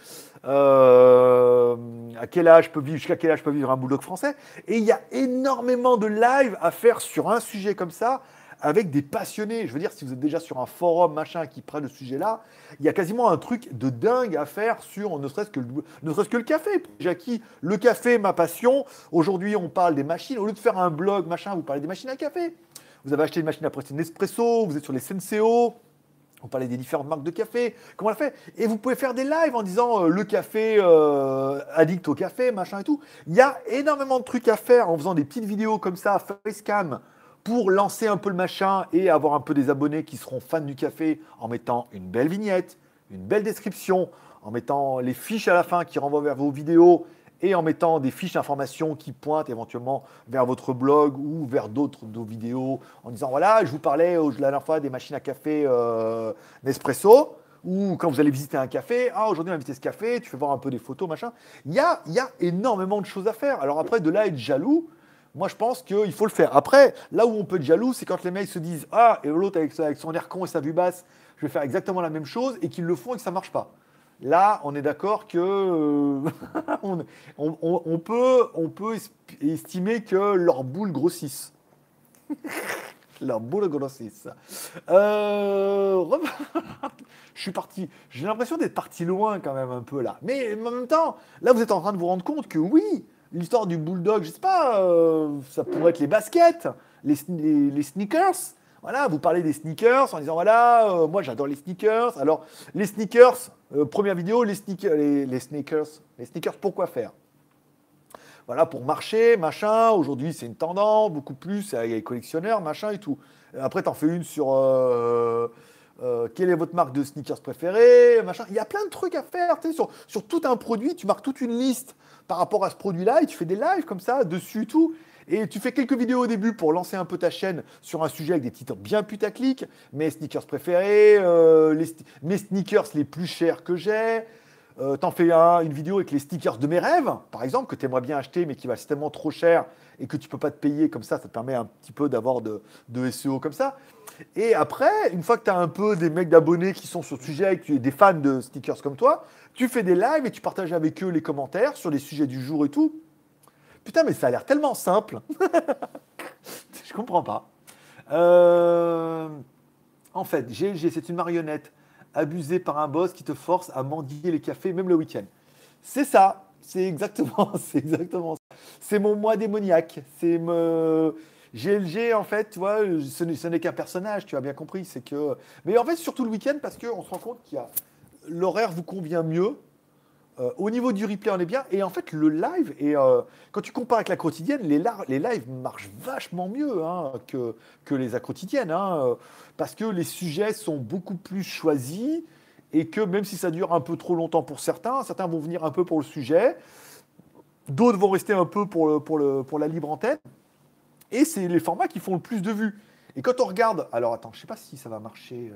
À quel âge peut vivre, jusqu'à quel âge peut vivre un bulldog français. Et il y a énormément de live à faire sur un sujet comme ça avec des passionnés. Je veux dire, si vous êtes déjà sur un forum machin qui prend le sujet-là, il y a quasiment un truc de dingue à faire sur ne serait-ce que le café. Jackie, le café, ma passion. Aujourd'hui, on parle des machines. Au lieu de faire un blog machin, vous parlez des machines à café. Vous avez acheté une machine à presser Nespresso, vous êtes sur les Senseo. On parlait des différentes marques de café, comment on l'a fait. Et vous pouvez faire des lives en disant le café, addict au café, machin et tout. Il y a énormément de trucs à faire en faisant des petites vidéos comme ça, facecam, pour lancer un peu le machin et avoir un peu des abonnés qui seront fans du café en mettant une belle vignette, une belle description, en mettant les fiches à la fin qui renvoient vers vos vidéos et en mettant des fiches d'information qui pointent éventuellement vers votre blog ou vers d'autres de vos vidéos, en disant voilà, je vous parlais la dernière fois des machines à café Nespresso, ou quand vous allez visiter un café, aujourd'hui on a visité ce café, tu fais voir un peu des photos, machin. Il y a énormément de choses à faire. Alors après, de là être jaloux, moi je pense qu'il faut le faire. Après, là où on peut être jaloux, c'est quand les mecs se disent et l'autre avec son air con et sa vue basse, je vais faire exactement la même chose, et qu'ils le font et que ça marche pas. Là, on est d'accord que on peut estimer que leurs boules grossissent. Leurs boules grossissent. Je suis parti. J'ai l'impression d'être parti loin quand même un peu là. Mais en même temps, là, vous êtes en train de vous rendre compte que oui, l'histoire du bulldog, je sais pas, ça pourrait être les baskets, les sneakers. Voilà, vous parlez des sneakers en disant voilà, moi j'adore les sneakers. Alors, les sneakers, première vidéo, les sneakers, pourquoi faire? Voilà, pour marcher, machin. Aujourd'hui, c'est une tendance, beaucoup plus, il y a les collectionneurs, machin et tout. Après, t'en fais une sur quelle est votre marque de sneakers préférée, machin. Il y a plein de trucs à faire, tu sais, sur tout un produit, tu marques toute une liste par rapport à ce produit-là et tu fais des lives comme ça, dessus et tout. Et tu fais quelques vidéos au début pour lancer un peu ta chaîne sur un sujet avec des titres bien putaclic, mes sneakers préférés, mes sneakers les plus chers que j'ai, T'en fais une vidéo avec les stickers de mes rêves, par exemple, que tu aimerais bien acheter, mais qui va tellement trop cher et que tu peux pas te payer comme ça te permet un petit peu d'avoir de SEO comme ça. Et après, une fois que tu as un peu des mecs d'abonnés qui sont sur le sujet, que tu es des fans de stickers comme toi, tu fais des lives et tu partages avec eux les commentaires sur les sujets du jour et tout. Putain, mais ça a l'air tellement simple. Je comprends pas. Euh, En fait, GLG, c'est une marionnette abusée par un boss qui te force à mendier les cafés, même le week-end. C'est ça. C'est exactement, c'est exactement ça. C'est mon moi démoniaque. GLG, en fait, tu vois, ce n'est qu'un personnage, tu as bien compris. C'est que... Mais en fait, surtout le week-end, parce qu'on se rend compte qu'il y a... L'horaire vous convient mieux. Au niveau du replay, on est bien. Et en fait, le live, quand tu compares avec la quotidienne, les lives marchent vachement mieux hein, que les quotidiennes. Parce que les sujets sont beaucoup plus choisis et que même si ça dure un peu trop longtemps pour certains, certains vont venir un peu pour le sujet, d'autres vont rester un peu pour la libre antenne. Et c'est les formats qui font le plus de vues. Et quand on regarde... Alors attends, je ne sais pas si ça va marcher.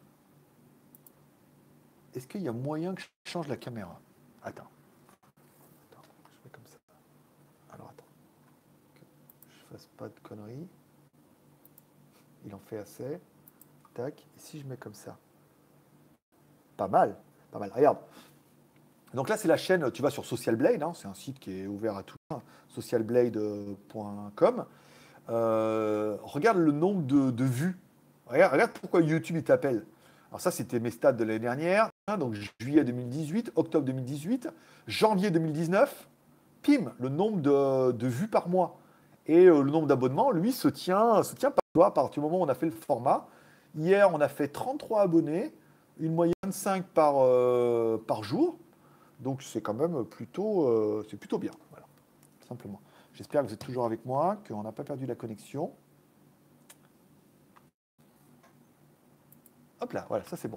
Est-ce qu'il y a moyen que je change la caméra? Attends. Je fais comme ça. Alors attends. Que je fasse pas de conneries. Il en fait assez. Tac. Et si je mets comme ça? Pas mal. Pas mal. Regarde. Donc là, c'est la chaîne, tu vas sur Social Blade, hein, c'est un site qui est ouvert à tout, socialblade.com. Regarde le nombre de vues. Regarde pourquoi YouTube il t'appelle. Alors ça, c'était mes stats de l'année dernière, hein, donc juillet 2018, octobre 2018, janvier 2019, pim, le nombre de vues par mois. Et le nombre d'abonnements, lui, se tient par toi à partir du moment où on a fait le format. Hier, on a fait 33 abonnés, une moyenne de 5 par jour. Donc c'est quand même c'est plutôt bien. Voilà, tout simplement. J'espère que vous êtes toujours avec moi, qu'on n'a pas perdu la connexion. Hop là, voilà, ça c'est bon.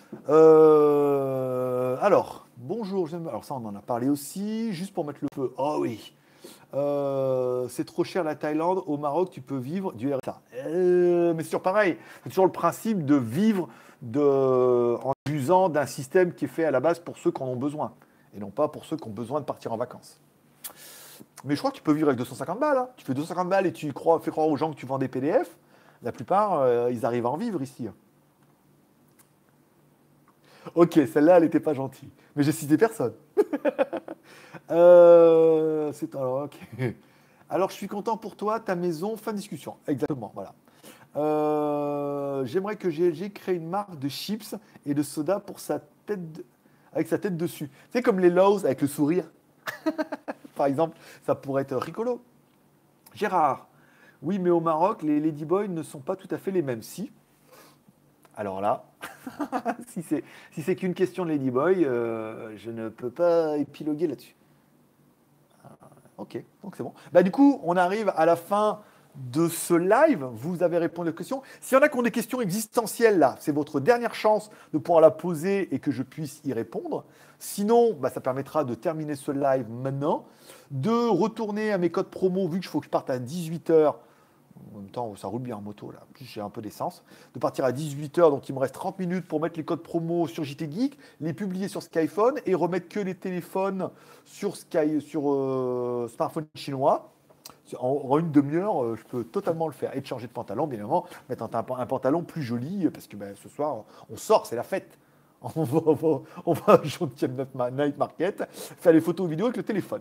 Alors, bonjour. Alors ça, on en a parlé aussi. Juste pour mettre le feu. Oh oui. C'est trop cher la Thaïlande. Au Maroc, tu peux vivre du RSA. Mais c'est toujours pareil. C'est toujours le principe de vivre en usant d'un système qui est fait à la base pour ceux qui en ont besoin. Et non pas pour ceux qui ont besoin de partir en vacances. Mais je crois que tu peux vivre avec 250 balles. Hein. Tu fais 250 balles et tu fais croire aux gens que tu vends des PDF. La plupart, ils arrivent à en vivre ici. Ok, celle-là, elle n'était pas gentille. Mais j'ai cité personne. Alors, ok. Alors, je suis content pour toi, ta maison, fin de discussion. Exactement, voilà. J'aimerais que GLG crée une marque de chips et de soda pour avec sa tête dessus. C'est comme les Lowe's avec le sourire. Par exemple, ça pourrait être rigolo. Gérard, oui, mais au Maroc, les ladyboys ne sont pas tout à fait les mêmes. Si. Alors là, si c'est qu'une question de ladyboy, je ne peux pas épiloguer là-dessus. Ok, donc c'est bon. Bah, du coup, on arrive à la fin de ce live. Vous avez répondu aux questions. S'il y en a qui ont des questions existentielles, là, c'est votre dernière chance de pouvoir la poser et que je puisse y répondre. Sinon, bah, ça permettra de terminer ce live maintenant, de retourner à mes codes promo, vu qu'il faut que je parte à 18h. En même temps, ça roule bien en moto, là. En plus, j'ai un peu d'essence. De partir à 18h, donc il me reste 30 minutes pour mettre les codes promo sur JT Geek, les publier sur Skyphone et remettre que les téléphones sur smartphone chinois. En une demi-heure, je peux totalement le faire. Et de changer de pantalon, bien évidemment, mettre un pantalon plus joli, parce que ben, ce soir, on sort, c'est la fête. On va au 20e Night Market, faire les photos vidéos avec le téléphone.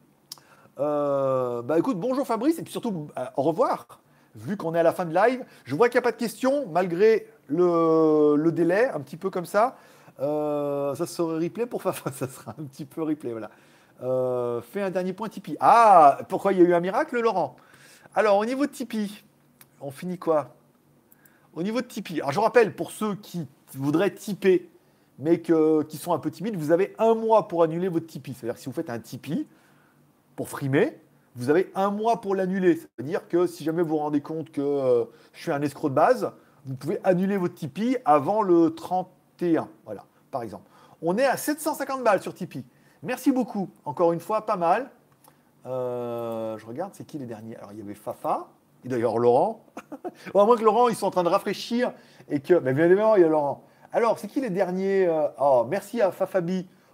Bah écoute, bonjour Fabrice, et puis surtout, au revoir. Vu qu'on est à la fin de live, je vois qu'il n'y a pas de questions, malgré le délai, un petit peu comme ça. Ça serait replay pour Fafa, ça sera un petit peu replay, voilà. Fais un dernier point Tipeee. Ah, pourquoi il y a eu un miracle, Laurent? Alors, au niveau de Tipeee, on finit quoi? Au niveau de Tipeee, alors je rappelle, pour ceux qui voudraient tiper, mais qui sont un peu timides, vous avez un mois pour annuler votre Tipeee. C'est-à-dire que si vous faites un Tipeee, pour frimer, vous avez un mois pour l'annuler. C'est-à-dire que si jamais vous vous rendez compte que je suis un escroc de base, vous pouvez annuler votre Tipeee avant le 31. Voilà, par exemple. On est à 750 balles sur Tipeee. Merci beaucoup. Encore une fois, pas mal. Je regarde, c'est qui les derniers? Alors, il y avait Fafa, et d'ailleurs Laurent. Bon, à moins que Laurent, ils sont en train de rafraîchir et que. Mais bien évidemment, il y a Laurent. Alors, c'est qui les derniers? Oh, merci à Fafabi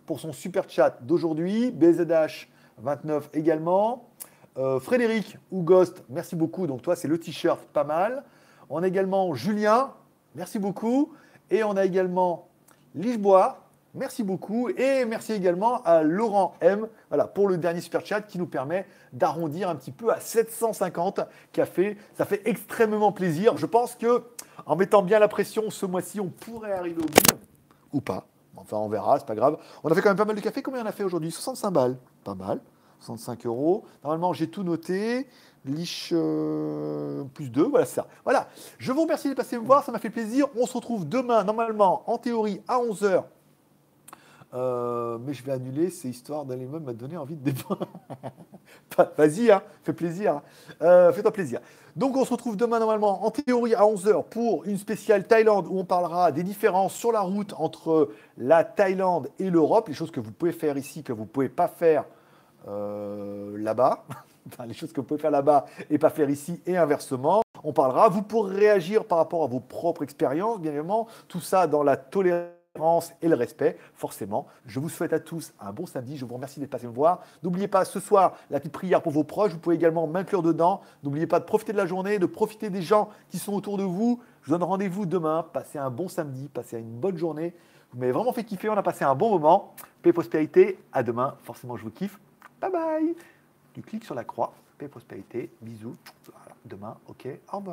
pour son super chat d'aujourd'hui. BZH29 également. Frédéric ou Ghost, merci beaucoup. Donc toi, c'est le t-shirt, pas mal. On a également Julien, merci beaucoup. Et on a également Ligebois, merci beaucoup. Et merci également à Laurent M, voilà, pour le dernier super chat qui nous permet d'arrondir un petit peu à 750 cafés. Ça fait extrêmement plaisir. Je pense que en mettant bien la pression ce mois-ci, on pourrait arriver au but ou pas. Enfin, on verra, c'est pas grave. On a fait quand même pas mal de café. Combien on a fait aujourd'hui? 65 balles. Pas mal. 65 euros. Normalement, j'ai tout noté. Lich plus 2, voilà ça. Voilà, je vous remercie de passer me voir, ça m'a fait plaisir. On se retrouve demain, normalement, en théorie, à 11h. Mais je vais annuler, c'est histoire d'aller même m'a donné envie de débattre. Vas-y, hein, fais plaisir. Fais-toi plaisir. Donc on se retrouve demain normalement en théorie à 11h pour une spéciale Thaïlande où on parlera des différences sur la route entre la Thaïlande et l'Europe, les choses que vous pouvez faire ici, que vous ne pouvez pas faire là-bas. Enfin, les choses que vous pouvez faire là-bas et pas faire ici et inversement. On parlera, vous pourrez réagir par rapport à vos propres expériences, bien évidemment, tout ça dans la tolérance et le respect, forcément. Je vous souhaite à tous un bon samedi, je vous remercie d'être passé me voir. N'oubliez pas, ce soir, la petite prière pour vos proches, vous pouvez également m'inclure dedans. N'oubliez pas de profiter de la journée, de profiter des gens qui sont autour de vous. Je vous donne rendez-vous demain, passez un bon samedi, passez une bonne journée. Vous m'avez vraiment fait kiffer, on a passé un bon moment. Paix et prospérité, à demain, forcément je vous kiffe. Bye bye. Tu cliques sur la croix, paix et prospérité, bisous. Voilà, demain, ok, au revoir.